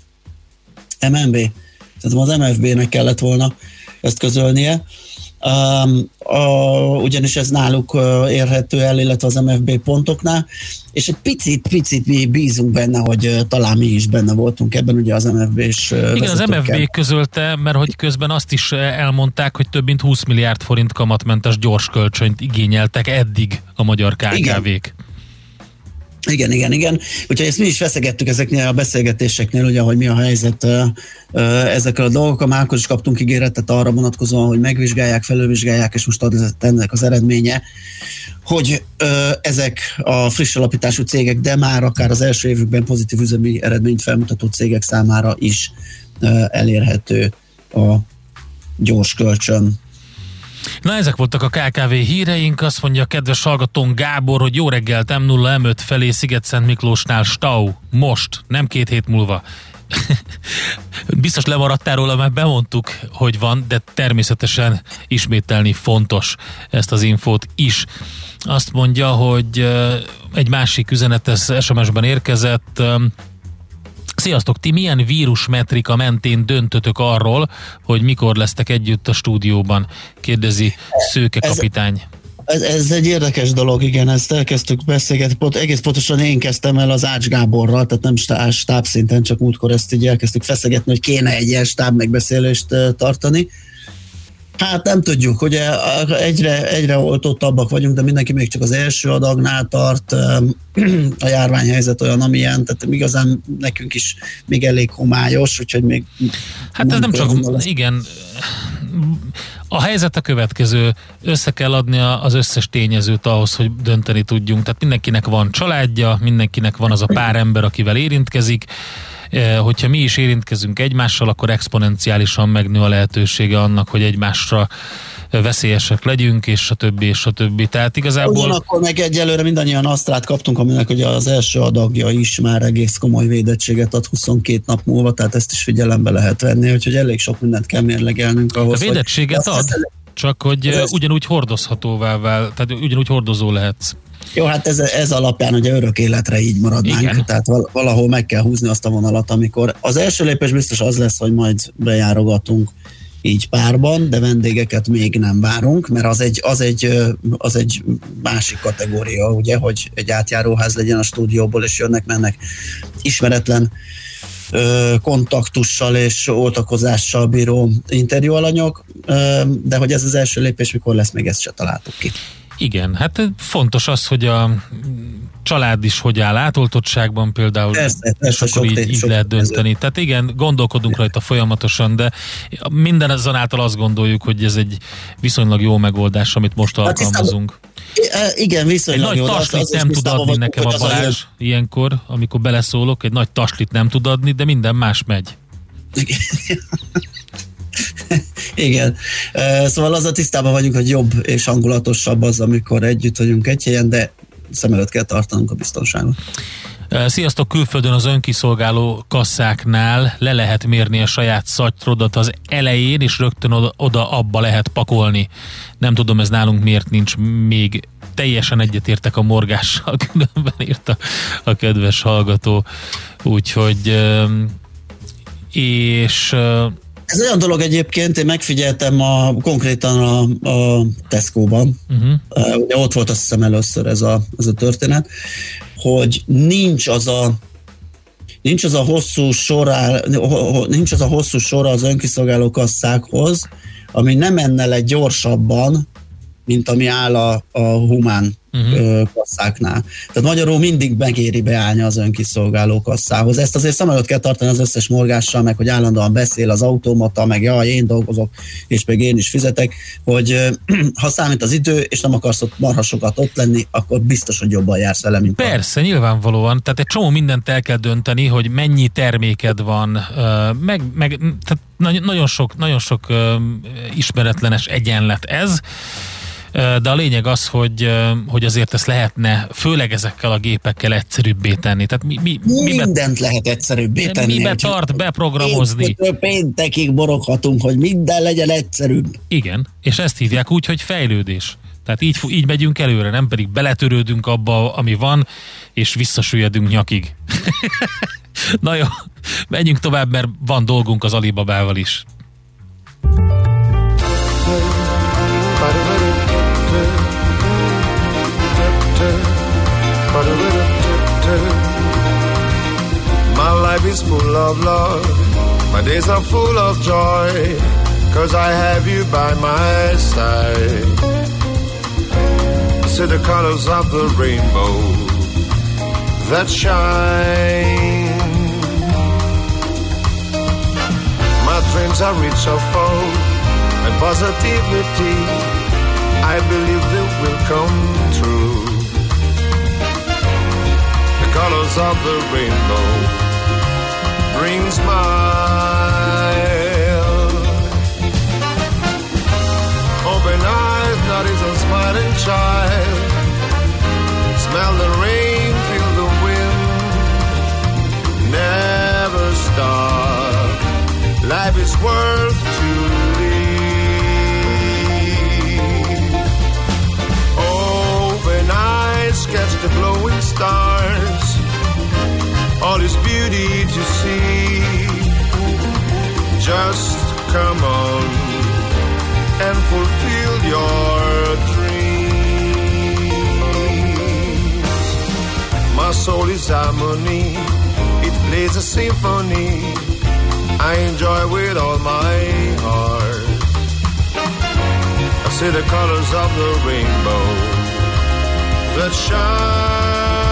em en bé? Tehát az em ef bé-nek kellett volna ezt közölnie. Um, a, ugyanis ez náluk uh, érhető el, illetve az em ef bé pontoknál, és egy picit, picit mi bízunk benne, hogy uh, talán mi is benne voltunk ebben, ugye az em ef bé-s uh, Igen, az em ef bé közölte, mert hogy közben azt is elmondták, hogy több mint húsz milliárd forint kamatmentes gyors kölcsönt igényeltek eddig a magyar ká ká vék. Igen, igen, igen. Úgyhogy ezt mi is feszegettük ezeknél a beszélgetéseknél, ugye, hogy mi a helyzet uh, uh, ezekkel a dolgokkal. Már akkor is kaptunk ígéretet arra vonatkozóan, hogy megvizsgálják, felülvizsgálják, és most ad ennek az eredménye, hogy uh, ezek a friss alapítású cégek, de már akár az első évükben pozitív üzemi eredményt felmutató cégek számára is uh, elérhető a gyors kölcsön. Na, ezek voltak a ká ká vé híreink. Azt mondja a kedves hallgatón Gábor, hogy jó reggelt, em nulla em öt felé Sziget-Szent Miklósnál stau. Most, nem két hét múlva. Biztos lemaradtál róla, mert bemondtuk, hogy van, de természetesen ismételni fontos ezt az infót is. Azt mondja, hogy egy másik üzenet es em es-ben érkezett. Sziasztok, ti milyen vírusmetrika mentén döntötök arról, hogy mikor lesztek együtt a stúdióban? Kérdezi Szőke kapitány. Ez, ez egy érdekes dolog, igen, ezt elkezdtük beszélgetni, pont, egész pontosan én kezdtem el az Ács Gáborral, tehát nem stá, stábszinten, csak múltkor ezt így elkezdtük feszegetni, hogy kéne egy ilyen stáb megbeszélést tartani. Hát nem tudjuk, ugye egyre, egyre oltottabbak vagyunk, de mindenki még csak az első adagnál tart, a járványhelyzet olyan, amilyen, tehát igazán nekünk is még elég homályos, úgyhogy még... Hát nem ez nem csak, lesz. Igen, a helyzet a következő, össze kell adni az összes tényezőt ahhoz, hogy dönteni tudjunk, tehát mindenkinek van családja, mindenkinek van az a pár ember, akivel érintkezik, hogyha mi is érintkezünk egymással, akkor exponenciálisan megnő a lehetősége annak, hogy egymásra veszélyesek legyünk, és a többi, és a többi. Tehát igazából... Ugyanakkor meg egyelőre mindannyian asztrát kaptunk, aminek ugye az első adagja is már egész komoly védettséget ad huszonkét nap múlva, tehát ezt is figyelembe lehet venni, úgyhogy elég sok mindent kell mérlegelnünk ahhoz, a védettséget hogy... ad, csak hogy ez ugyanúgy hordozhatóvá vál, tehát ugyanúgy hordozó lehetsz. Jó, hát ez, ez alapján ugye örök életre így maradnánk, igen. Tehát valahol meg kell húzni azt a vonalat, amikor az első lépés biztos az lesz, hogy majd bejárogatunk így párban, de vendégeket még nem várunk, mert az egy, az egy, az egy másik kategória, ugye, hogy egy átjáróház legyen a stúdióból, és jönnek-mennek ismeretlen ö, kontaktussal és oltakozással bíró interjúalanyok, ö, de hogy ez az első lépés, mikor lesz, még ezt se találtuk ki. Igen, hát fontos az, hogy a család is hogy áll átoltottságban például, persze, persze, és akkor így, így lehet dönteni. Tehát igen, gondolkodunk rajta folyamatosan, de minden ezonáltal azt gondoljuk, hogy ez egy viszonylag jó megoldás, amit most hát alkalmazunk. Hiszem, igen, viszonylag egy jó. Egy nagy taslit nem tud adni nekem a Balázs ilyenkor, amikor beleszólok, egy nagy taslit nem tud adni, de minden más megy. Igen. Igen. Szóval az a tisztában vagyunk, hogy jobb és hangulatosabb az, amikor együtt vagyunk egy helyen, de szem előtt kell tartanunk a biztonságot. Sziasztok! Külföldön az önkiszolgáló kasszáknál le lehet mérni a saját szatyrodat az elején, és rögtön oda, oda abba lehet pakolni. Nem tudom, ez nálunk miért nincs még. Teljesen egyetértek a morgással, különben írta a kedves hallgató. Úgyhogy és ez olyan dolog egyébként, én megfigyeltem a, konkrétan a, a Tesco-ban, uh-huh. uh, ugye ott volt azt hiszem először ez a, ez a történet, hogy nincs az a nincs az a hosszú sorá, nincs az a hosszú sora az önkiszolgáló kasszákhoz, ami nem menne le gyorsabban, mint ami áll a, a humán uh-huh. kasszáknál. Tehát magyarul mindig megéri beállni az önkiszolgáló kasszához. Ezt azért szem előtt kell tartani az összes morgással, meg hogy állandóan beszél az automata, meg jaj, én dolgozok, és meg én is fizetek, hogy ha számít az idő, és nem akarsz ott marhasokat ott lenni, akkor biztos, hogy jobban jársz vele, mint persze, a... nyilvánvalóan. Tehát egy csomó mindent el kell dönteni, hogy mennyi terméked van, meg, meg tehát nagyon sok, nagyon sok ismeretlenes egyenlet ez, de a lényeg az, hogy, hogy azért ezt lehetne, főleg ezekkel a gépekkel egyszerűbbé tenni. Tehát mi, mi, mindent mibe, lehet egyszerűbbé tenni. Mibe tart beprogramozni. Péntek, péntekig boroghatunk, hogy minden legyen egyszerűbb. Igen, és ezt hívják úgy, hogy fejlődés. Tehát így, így megyünk előre, nem pedig beletörődünk abba, ami van, és visszasüllyedünk nyakig. Na jó, menjünk tovább, mert van dolgunk az Alibabával is. My life is full of love, my days are full of joy, 'cause I have you by my side. See the colors of the rainbow that shine. My dreams are rich of hope and positivity, I believe they will come true. The colors of the rainbow bring smile. Open eyes, not as a smiling child. Smell the rain, feel the wind. Never stop. Life is worth to live. Open eyes, catch the glowing stars. All is beauty to see. Just come on and fulfill your dream. soul is harmony. It plays a symphony. I enjoy with all my heart. I see the colors of the rainbow that shine.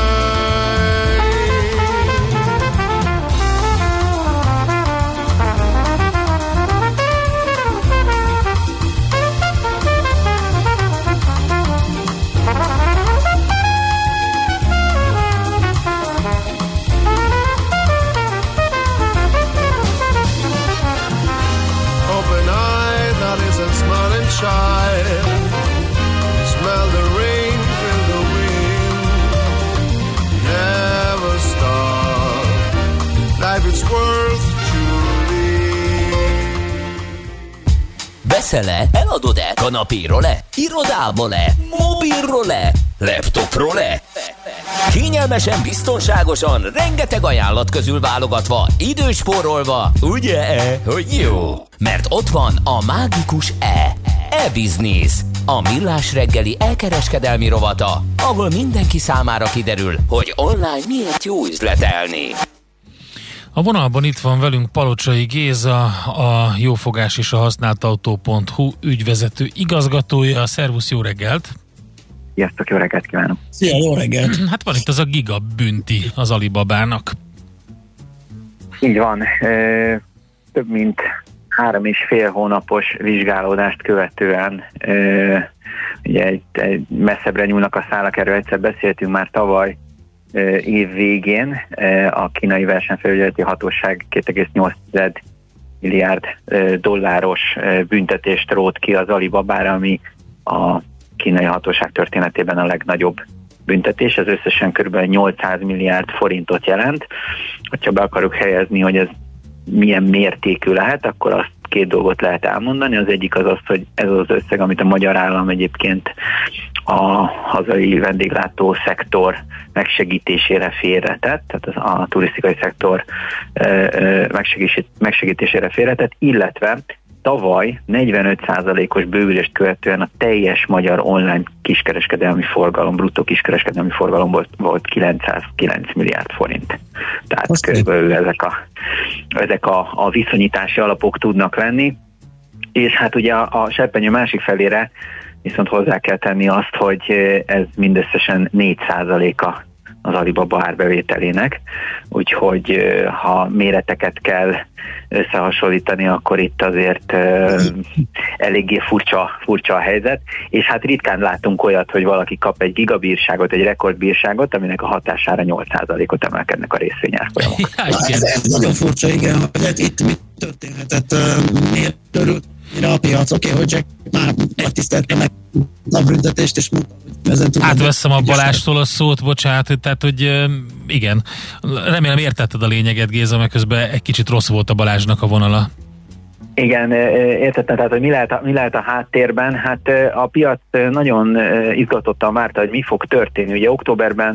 Child, smell the rain, feel the wind, never stop. Life is worth to live. Veszel-e? Eladod-e? Kanapéról-e? Irodából-e? Mobilról-e? Laptopról-e? Kényelmesen, biztonságosan, rengeteg ajánlat közül válogatva, időspórolva, ugye-e, hogy jó? Mert ott van a mágikus E. E-Business, a millás reggeli elkereskedelmi rovata, ahol mindenki számára kiderül, hogy online miért jó üzletelni. A vonalban itt van velünk Palocsai Géza, a Jófogás és a használt autó pont hu ügyvezető igazgatója. Szervusz, jó reggelt! Sziasztok, jó reggelt kívánok! Szia, jó reggelt! Hát van itt az a giga bünti az Alibabának. Így van. E, több mint három és fél hónapos vizsgálódást követően e, ugye egy, egy messzebbre nyúlnak a szálak, erről egyszer beszéltünk már tavaly e, év végén. E, a kínai versenyfelügyeleti hatóság két egész nyolc milliárd e, dolláros e, büntetést rótt ki az Alibabára, ami a kínai hatóság történetében a legnagyobb büntetés. Ez összesen kb. nyolcszáz milliárd forintot jelent. Ha be akarjuk helyezni, hogy ez milyen mértékű lehet, akkor azt két dolgot lehet elmondani. Az egyik az az, hogy ez az összeg, amit a magyar állam egyébként a hazai vendéglátó szektor megsegítésére félretett, tehát a turisztikai szektor megsegítésére félretett, illetve tavaly negyvenöt százalékos bővülést követően a teljes magyar online kiskereskedelmi forgalom, bruttó kiskereskedelmi forgalom volt, volt kilencszázkilenc milliárd forint. Tehát azt körülbelül ezek, a, ezek a, a viszonyítási alapok tudnak lenni. És hát ugye a, a serpenyő másik felére viszont hozzá kell tenni azt, hogy ez mindösszesen négy százaléka az Alibaba árbevételének, úgyhogy ha méreteket kell összehasonlítani, akkor itt azért uh, eléggé furcsa, furcsa a helyzet, és hát ritkán látunk olyat, hogy valaki kap egy gigabírságot, egy rekordbírságot, aminek a hatására nyolc százalékot emelkednek a részvényárfolyamok. Ez nagyon furcsa, igen, hogy itt mi történhetett, miért örült a piac, oké, okay, hogy Jack már megtisztelte meg a büntetést, és mondta, hogy ezen tudom. Átveszem a Balástól a szót, bocsánat, tehát, hogy igen, remélem értetted a lényeget, Géza, mert közben egy kicsit rossz volt a Balázsnak a vonala. Igen, értettem, tehát, hogy mi lehet, a, mi lehet a háttérben. Hát a piac nagyon izgatottan várta, hogy mi fog történni. Ugye októberben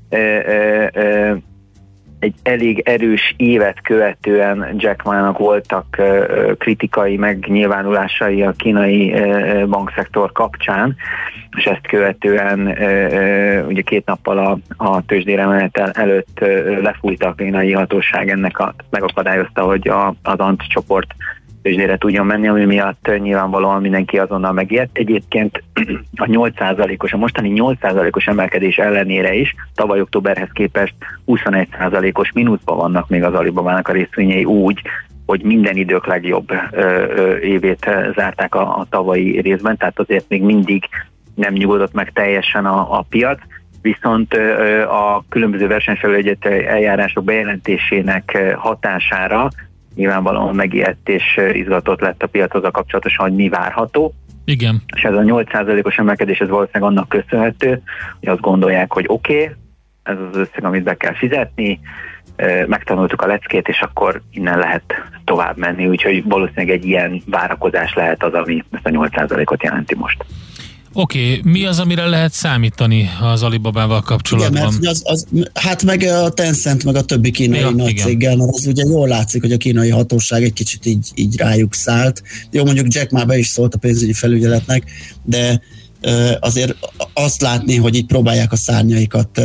egy elég erős évet követően Jack Ma-nak voltak uh, kritikai megnyilvánulásai a kínai uh, bankszektor kapcsán, és ezt követően uh, uh, ugye két nappal a, a tőzsdére menetel előtt uh, lefújta a kínai hatóság, ennek a, megakadályozta, hogy a, az Ant csoport tőzsdére tudjon menni, ami miatt nyilvánvalóan mindenki azonnal megijedt. Egyébként a nyolc százalékos, a mostani nyolc százalékos emelkedés ellenére is tavaly októberhez képest huszonegy százalékos mínuszban vannak még az Alibabának a részvényei úgy, hogy minden idők legjobb ö, ö, évét zárták a, a tavalyi részben, tehát azért még mindig nem nyugodott meg teljesen a, a piac, viszont ö, a különböző versenyfelügyeleti eljárások bejelentésének hatására nyilvánvalóan megijedt és izgatott lett a piac azzal kapcsolatosan, hogy mi várható. Igen. És ez a nyolc százalékos emelkedés, ez valószínűleg annak köszönhető, hogy azt gondolják, hogy oké, okay, ez az összeg, amit be kell fizetni, megtanultuk a leckét, és akkor innen lehet tovább menni, úgyhogy valószínűleg egy ilyen várakozás lehet az, ami ezt a nyolc százalékot jelenti most. Oké, okay. Mi az, amire lehet számítani az Alibabával kapcsolatban? Igen, mert az, az, hát meg a Tencent, meg a többi kínai ja, nagy céggel, mert az ugye jól látszik, hogy a kínai hatóság egy kicsit így, így rájuk szállt. Jó, mondjuk Jack már be is szólt a pénzügyi felügyeletnek, de azért azt látni, hogy így próbálják a szárnyaikat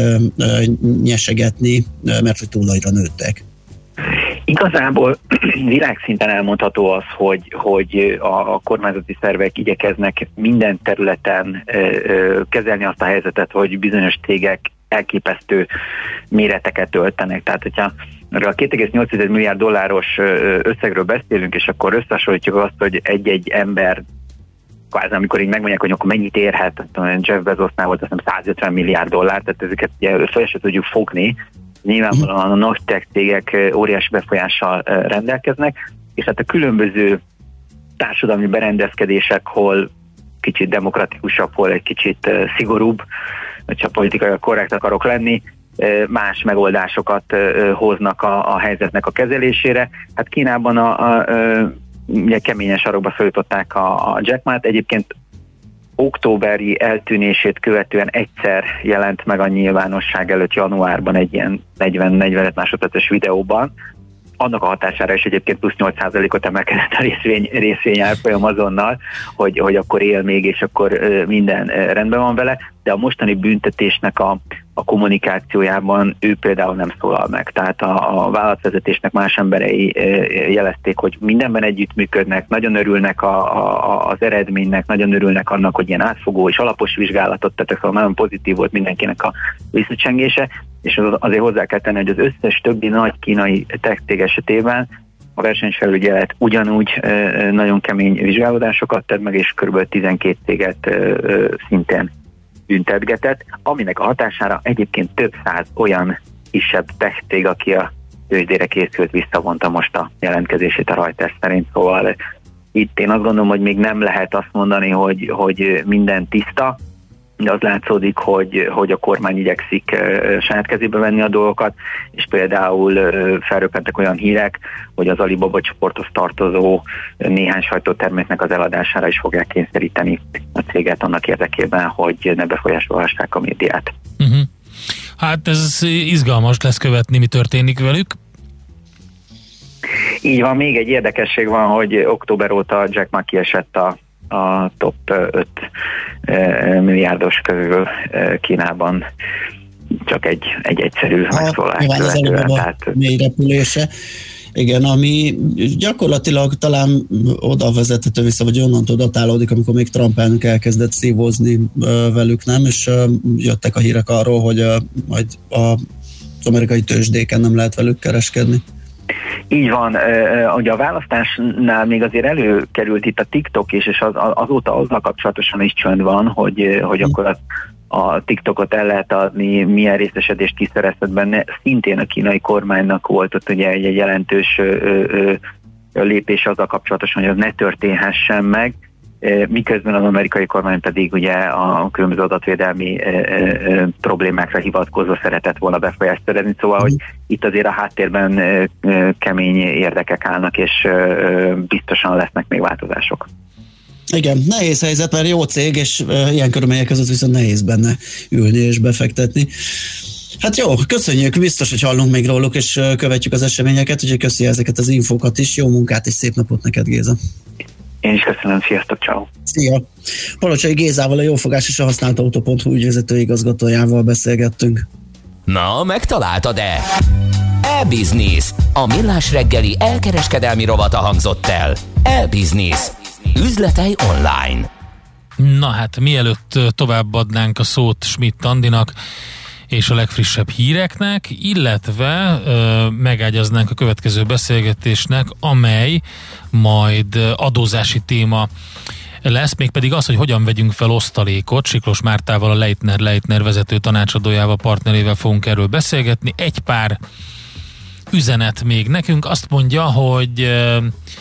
nyesegetni, mert hogy túl nagyra nőttek. Igazából világszinten elmondható az, hogy, hogy a kormányzati szervek igyekeznek minden területen kezelni azt a helyzetet, hogy bizonyos cégek elképesztő méreteket öltenek. Tehát, hogyha a két egész nyolc milliárd dolláros összegről beszélünk, és akkor összehasonlítjuk azt, hogy egy-egy ember, kvázi amikor így megmondják, hogy akkor mennyit érhet, Jeff Bezosnál volt azt hiszem százötven milliárd dollár, tehát ezeket fel se tudjuk fogni. Nyilvánvalóan a nagy tech cégek óriási befolyással rendelkeznek, és hát a különböző társadalmi berendezkedések, hol kicsit demokratikusabb, hol egy kicsit szigorúbb, hogyha politikai korrekt akarok lenni, más megoldásokat hoznak a, a helyzetnek a kezelésére. Hát Kínában a, a, a ugye keményen sarokba szorították a, a Jack Ma-t. Egyébként októberi eltűnését követően egyszer jelent meg a nyilvánosság előtt januárban egy ilyen negyven-negyvenöt másodperces videóban. Annak a hatására is egyébként plusz nyolc százalékot emelkedett a részvény, részvény árfolyam azonnal, hogy, hogy akkor él még, és akkor minden rendben van vele, de a mostani büntetésnek a, a kommunikációjában ő például nem szólal meg. Tehát a, a vállalatvezetésnek más emberei jelezték, hogy mindenben együttműködnek, nagyon örülnek a, a, az eredménynek, nagyon örülnek annak, hogy ilyen átfogó és alapos vizsgálatot tettek, szóval nagyon pozitív volt mindenkinek a visszacsengése, és azért hozzá kell tenni, hogy az összes többi nagy kínai tech cég esetében a versenyfelügyelet ugyanúgy ö, nagyon kemény vizsgálódásokat tett meg, és kb. tizenkét céget ö, ö, szintén büntetgetett, aminek a hatására egyébként több száz olyan kisebb tech cég, aki a tőzsdére készült, visszavonta most a jelentkezését a Reuters szerint, szóval itt én azt gondolom, hogy még nem lehet azt mondani, hogy, hogy minden tiszta, de az látszódik, hogy, hogy a kormány igyekszik uh, saját kezébe venni a dolgokat, és például uh, felröppentek olyan hírek, hogy az Alibaba csoporthoz tartozó néhány sajtóterméknek az eladására is fogják kényszeríteni a céget annak érdekében, hogy ne befolyásolhassák a médiát. Uh-huh. Hát ez izgalmas lesz követni, mi történik velük. Így van, még egy érdekesség van, hogy október óta Jack Ma kiesett a a top öt milliárdos közül Kínában, csak egy, egy egyszerű megszólás követően. Tehát... mély repülése. Igen, ami gyakorlatilag talán oda vezethető vissza, vagy onnantól datálódik, amikor még Trump elnök elkezdett szívozni velük, nem? És jöttek a hírek arról, hogy majd az amerikai tőzsdéken nem lehet velük kereskedni. Így van, ugye a választásnál még azért előkerült itt a TikTok is, és az, azóta azzal kapcsolatosan is csönd van, hogy, hogy akkor a, a TikTokot el lehet adni, milyen részesedést kiszerezhet benne. Szintén a kínai kormánynak volt ott ugye egy, egy jelentős ö, ö, lépés azzal kapcsolatosan, hogy az ne történhessen meg, miközben az amerikai kormány pedig ugye a különböző adatvédelmi e, e, problémákra hivatkozva szeretett volna befolyást szerezni, szóval, hogy itt azért a háttérben e, kemény érdekek állnak, és e, biztosan lesznek még változások. Igen, nehéz helyzet, mert jó cég, és e, ilyen körülmények között viszont nehéz benne ülni és befektetni. Hát jó, köszönjük, biztos, hogy hallunk még róluk, és követjük az eseményeket, úgyhogy köszi ezeket az infókat is, jó munkát és szép napot neked, Géza! Én is köszönöm, sziasztok, ciao. Szia! Palocsai Gézával, a Jófogás és a használt autó pont hu ügyvezető igazgatójával beszélgettünk. Na, megtaláltad-e? E-Business. A millás reggeli elkereskedelmi rovata hangzott el. E-Business. Üzletei online. Na hát, mielőtt továbbadnánk a szót Schmidt Andinak és a legfrissebb híreknek, illetve ö, megágyaznánk a következő beszélgetésnek, amely majd adózási téma lesz, mégpedig az, hogy hogyan vegyünk fel osztalékot. Siklós Mártával, a Leitner Leitner vezető tanácsadójával, partnerével fogunk erről beszélgetni. Egy pár üzenet még nekünk. Azt mondja, hogy ö,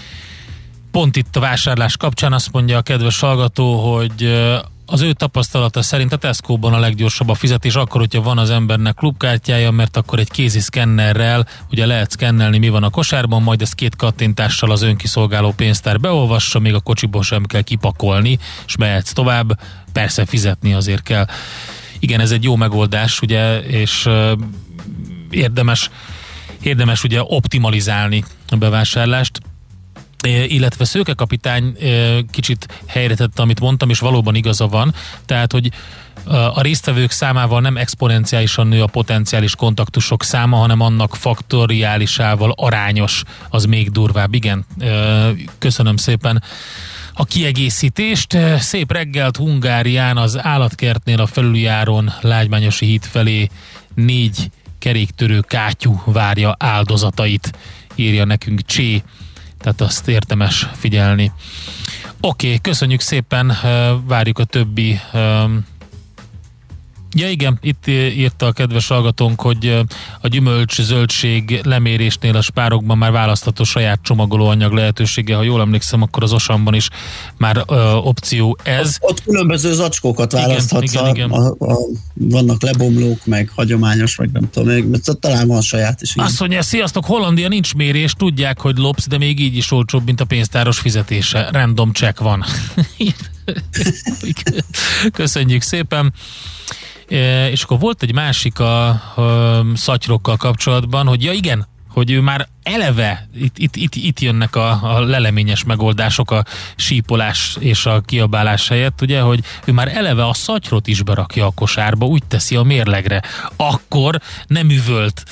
pont itt a vásárlás kapcsán azt mondja a kedves hallgató, hogy ö, az ő tapasztalata szerint a Tesco-ban a leggyorsabb a fizetés akkor, hogyha van az embernek klubkártyája, mert akkor egy kézi szkennerrel ugye lehet szkennelni, mi van a kosárban, majd ezt két kattintással az önkiszolgáló pénztár beolvassa, még a kocsiból sem kell kipakolni, és mehetsz tovább. Persze fizetni azért kell. Igen, ez egy jó megoldás, ugye, és uh, érdemes, érdemes ugye optimalizálni a bevásárlást. illetve Szőke kapitány kicsit helyre tette, amit mondtam, és valóban igaza van, tehát, hogy a résztvevők számával nem exponenciálisan nő a potenciális kontaktusok száma, hanem annak faktoriálisával arányos, az még durvább. Igen, köszönöm szépen a kiegészítést. Szép reggelt Hungárián, az állatkertnél a felüljáron Lágymányosi híd felé négy keréktörő kátyú várja áldozatait, írja nekünk Csé, tehát azt érdemes figyelni. Oké, okay, köszönjük szépen, várjuk a többi. Ja igen, itt írta a kedves hallgatónk, hogy a gyümölcs-zöldség lemérésnél a spárokban már választható saját csomagolóanyag lehetősége, ha jól emlékszem, akkor az Osamban is már ö, opció ez. Ott, ott különböző zacskókat választhatsz, igen, igen, igen. A, a, a, vannak lebomlók, meg hagyományos, meg nem tudom, még, talán van saját is. Azt mondja, sziasztok, Hollandia nincs mérés, tudják, hogy lopsz, de még így is olcsóbb, mint a pénztáros fizetése. Random check van. Köszönjük szépen. E, és akkor volt egy másik a, a szatyrokkal kapcsolatban, hogy ja igen, hogy ő már eleve, itt, itt, itt, itt jönnek a, a leleményes megoldások, a sípolás és a kiabálás helyett, ugye, hogy ő már eleve a szatyrot is berakja a kosárba, úgy teszi a mérlegre. Akkor nem üvölt.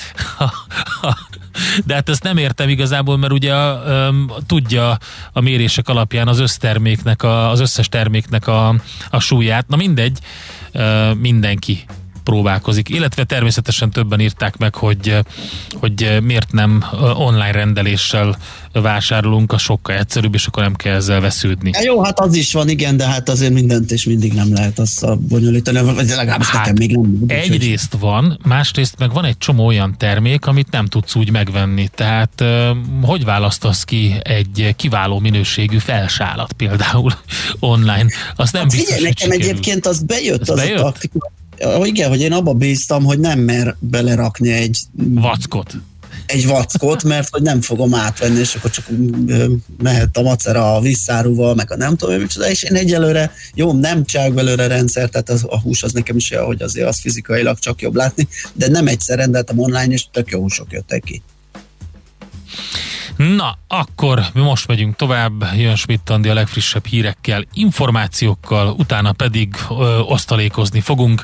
De hát ezt nem értem igazából, mert ugye a, a, tudja a mérések alapján az összterméknek, a, az összes terméknek a, a súlyát. Na mindegy, mindenki próbálkozik, illetve természetesen többen írták meg, hogy, hogy miért nem online rendeléssel vásárolunk, a sokkal egyszerűbb, és akkor nem kell ezzel vesződni. Ja, jó, hát az is van, igen, de hát azért mindent és mindig nem lehet azt bonyolítani, vagy legalábbis hát, nekem még nem. Egyrészt van, másrészt meg van egy csomó olyan termék, amit nem tudsz úgy megvenni, tehát hogy választasz ki egy kiváló minőségű felsálat például online? Azt nem hát biztos, figyelj, nekem sikerül. Egyébként az bejött, az, az bejött? a taktika. Igen, hogy én abba bíztam, hogy nem mer belerakni egy vackot. Egy vackot, mert hogy nem fogom átvenni, és akkor csak mehet a macera a vízszárúval, meg a nem tudom, micsoda, és én egyelőre, jó, nem csinálok belőle rendszer, tehát az, a hús az nekem is olyan, hogy azért az fizikailag csak jobb látni, de nem egyszer rendeltem online, és tök jó húsok jöttek ki. Na, akkor most megyünk tovább, jön Schmidt Andi a legfrissebb hírekkel, információkkal, utána pedig ö, osztalékozni fogunk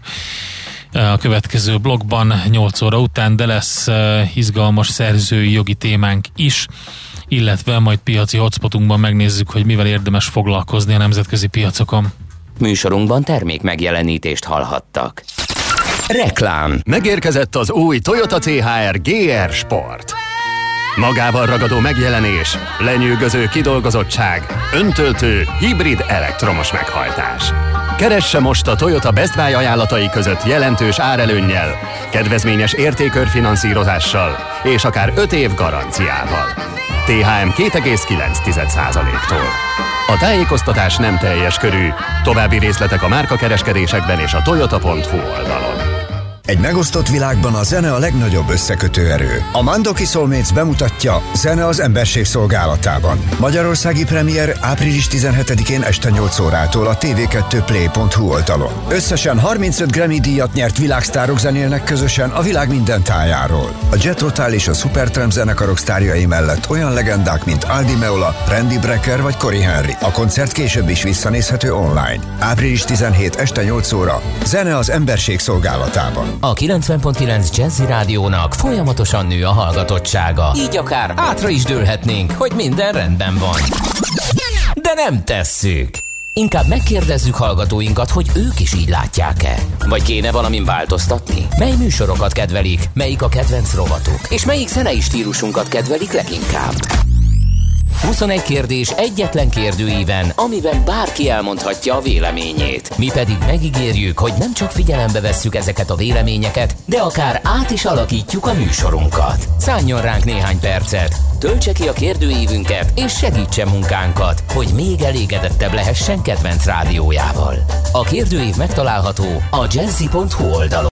a következő blogban nyolc óra után, de lesz ö, izgalmas szerzői jogi témánk is, illetve majd piaci hotspotunkban megnézzük, hogy mivel érdemes foglalkozni a nemzetközi piacokon. Műsorunkban termék megjelenítést hallhattak. Reklám. Megérkezett az új Toyota cé há er gé er Sport. Magával ragadó megjelenés, lenyűgöző kidolgozottság, öntöltő, hibrid elektromos meghajtás. Keresse most a Toyota Best Buy ajánlatai között jelentős árelőnnyel, kedvezményes értékörfinanszírozással és akár öt év garanciával. té há em két egész kilenc százaléktól. A tájékoztatás nem teljes körű, további részletek a márkakereskedésekben és a toyota pont hu oldalon. Egy megosztott világban a zene a legnagyobb összekötő erő. A Mandoki Soulmates bemutatja Zene az emberség szolgálatában. Magyarországi premier április tizenhetedikén este nyolc órától a té vé kettő play pont hu oldalon. Összesen harmincöt Grammy díjat nyert világsztárok zenélnek közösen a világ minden tájáról. A Jet Rotal és a Supertramp zenekarok sztárjai mellett olyan legendák, mint Aldi Meola, Randy Brecker vagy Cory Henry. A koncert később is visszanézhető online. április tizenhetedike este nyolc óra. Zene az emberség szolgálatában. A kilencven pont kilenc Jazzy Rádiónak folyamatosan nő a hallgatottsága. Így akár hátra is dőlhetnénk, hogy minden rendben van. De nem tesszük. Inkább megkérdezzük hallgatóinkat, hogy ők is így látják-e. Vagy kéne valamin változtatni? Mely műsorokat kedvelik? Melyik a kedvenc rovatuk? És melyik zenei stílusunkat kedvelik leginkább? huszonegy kérdés egyetlen kérdőíven, amiben bárki elmondhatja a véleményét. Mi pedig megígérjük, hogy nem csak figyelembe vesszük ezeket a véleményeket, de akár át is alakítjuk a műsorunkat. Szálljon ránk néhány percet, töltse ki a kérdőívünket, és segítse munkánkat, hogy még elégedettebb lehessen kedvenc rádiójával. A kérdőív megtalálható a jazzy pont hu oldalon.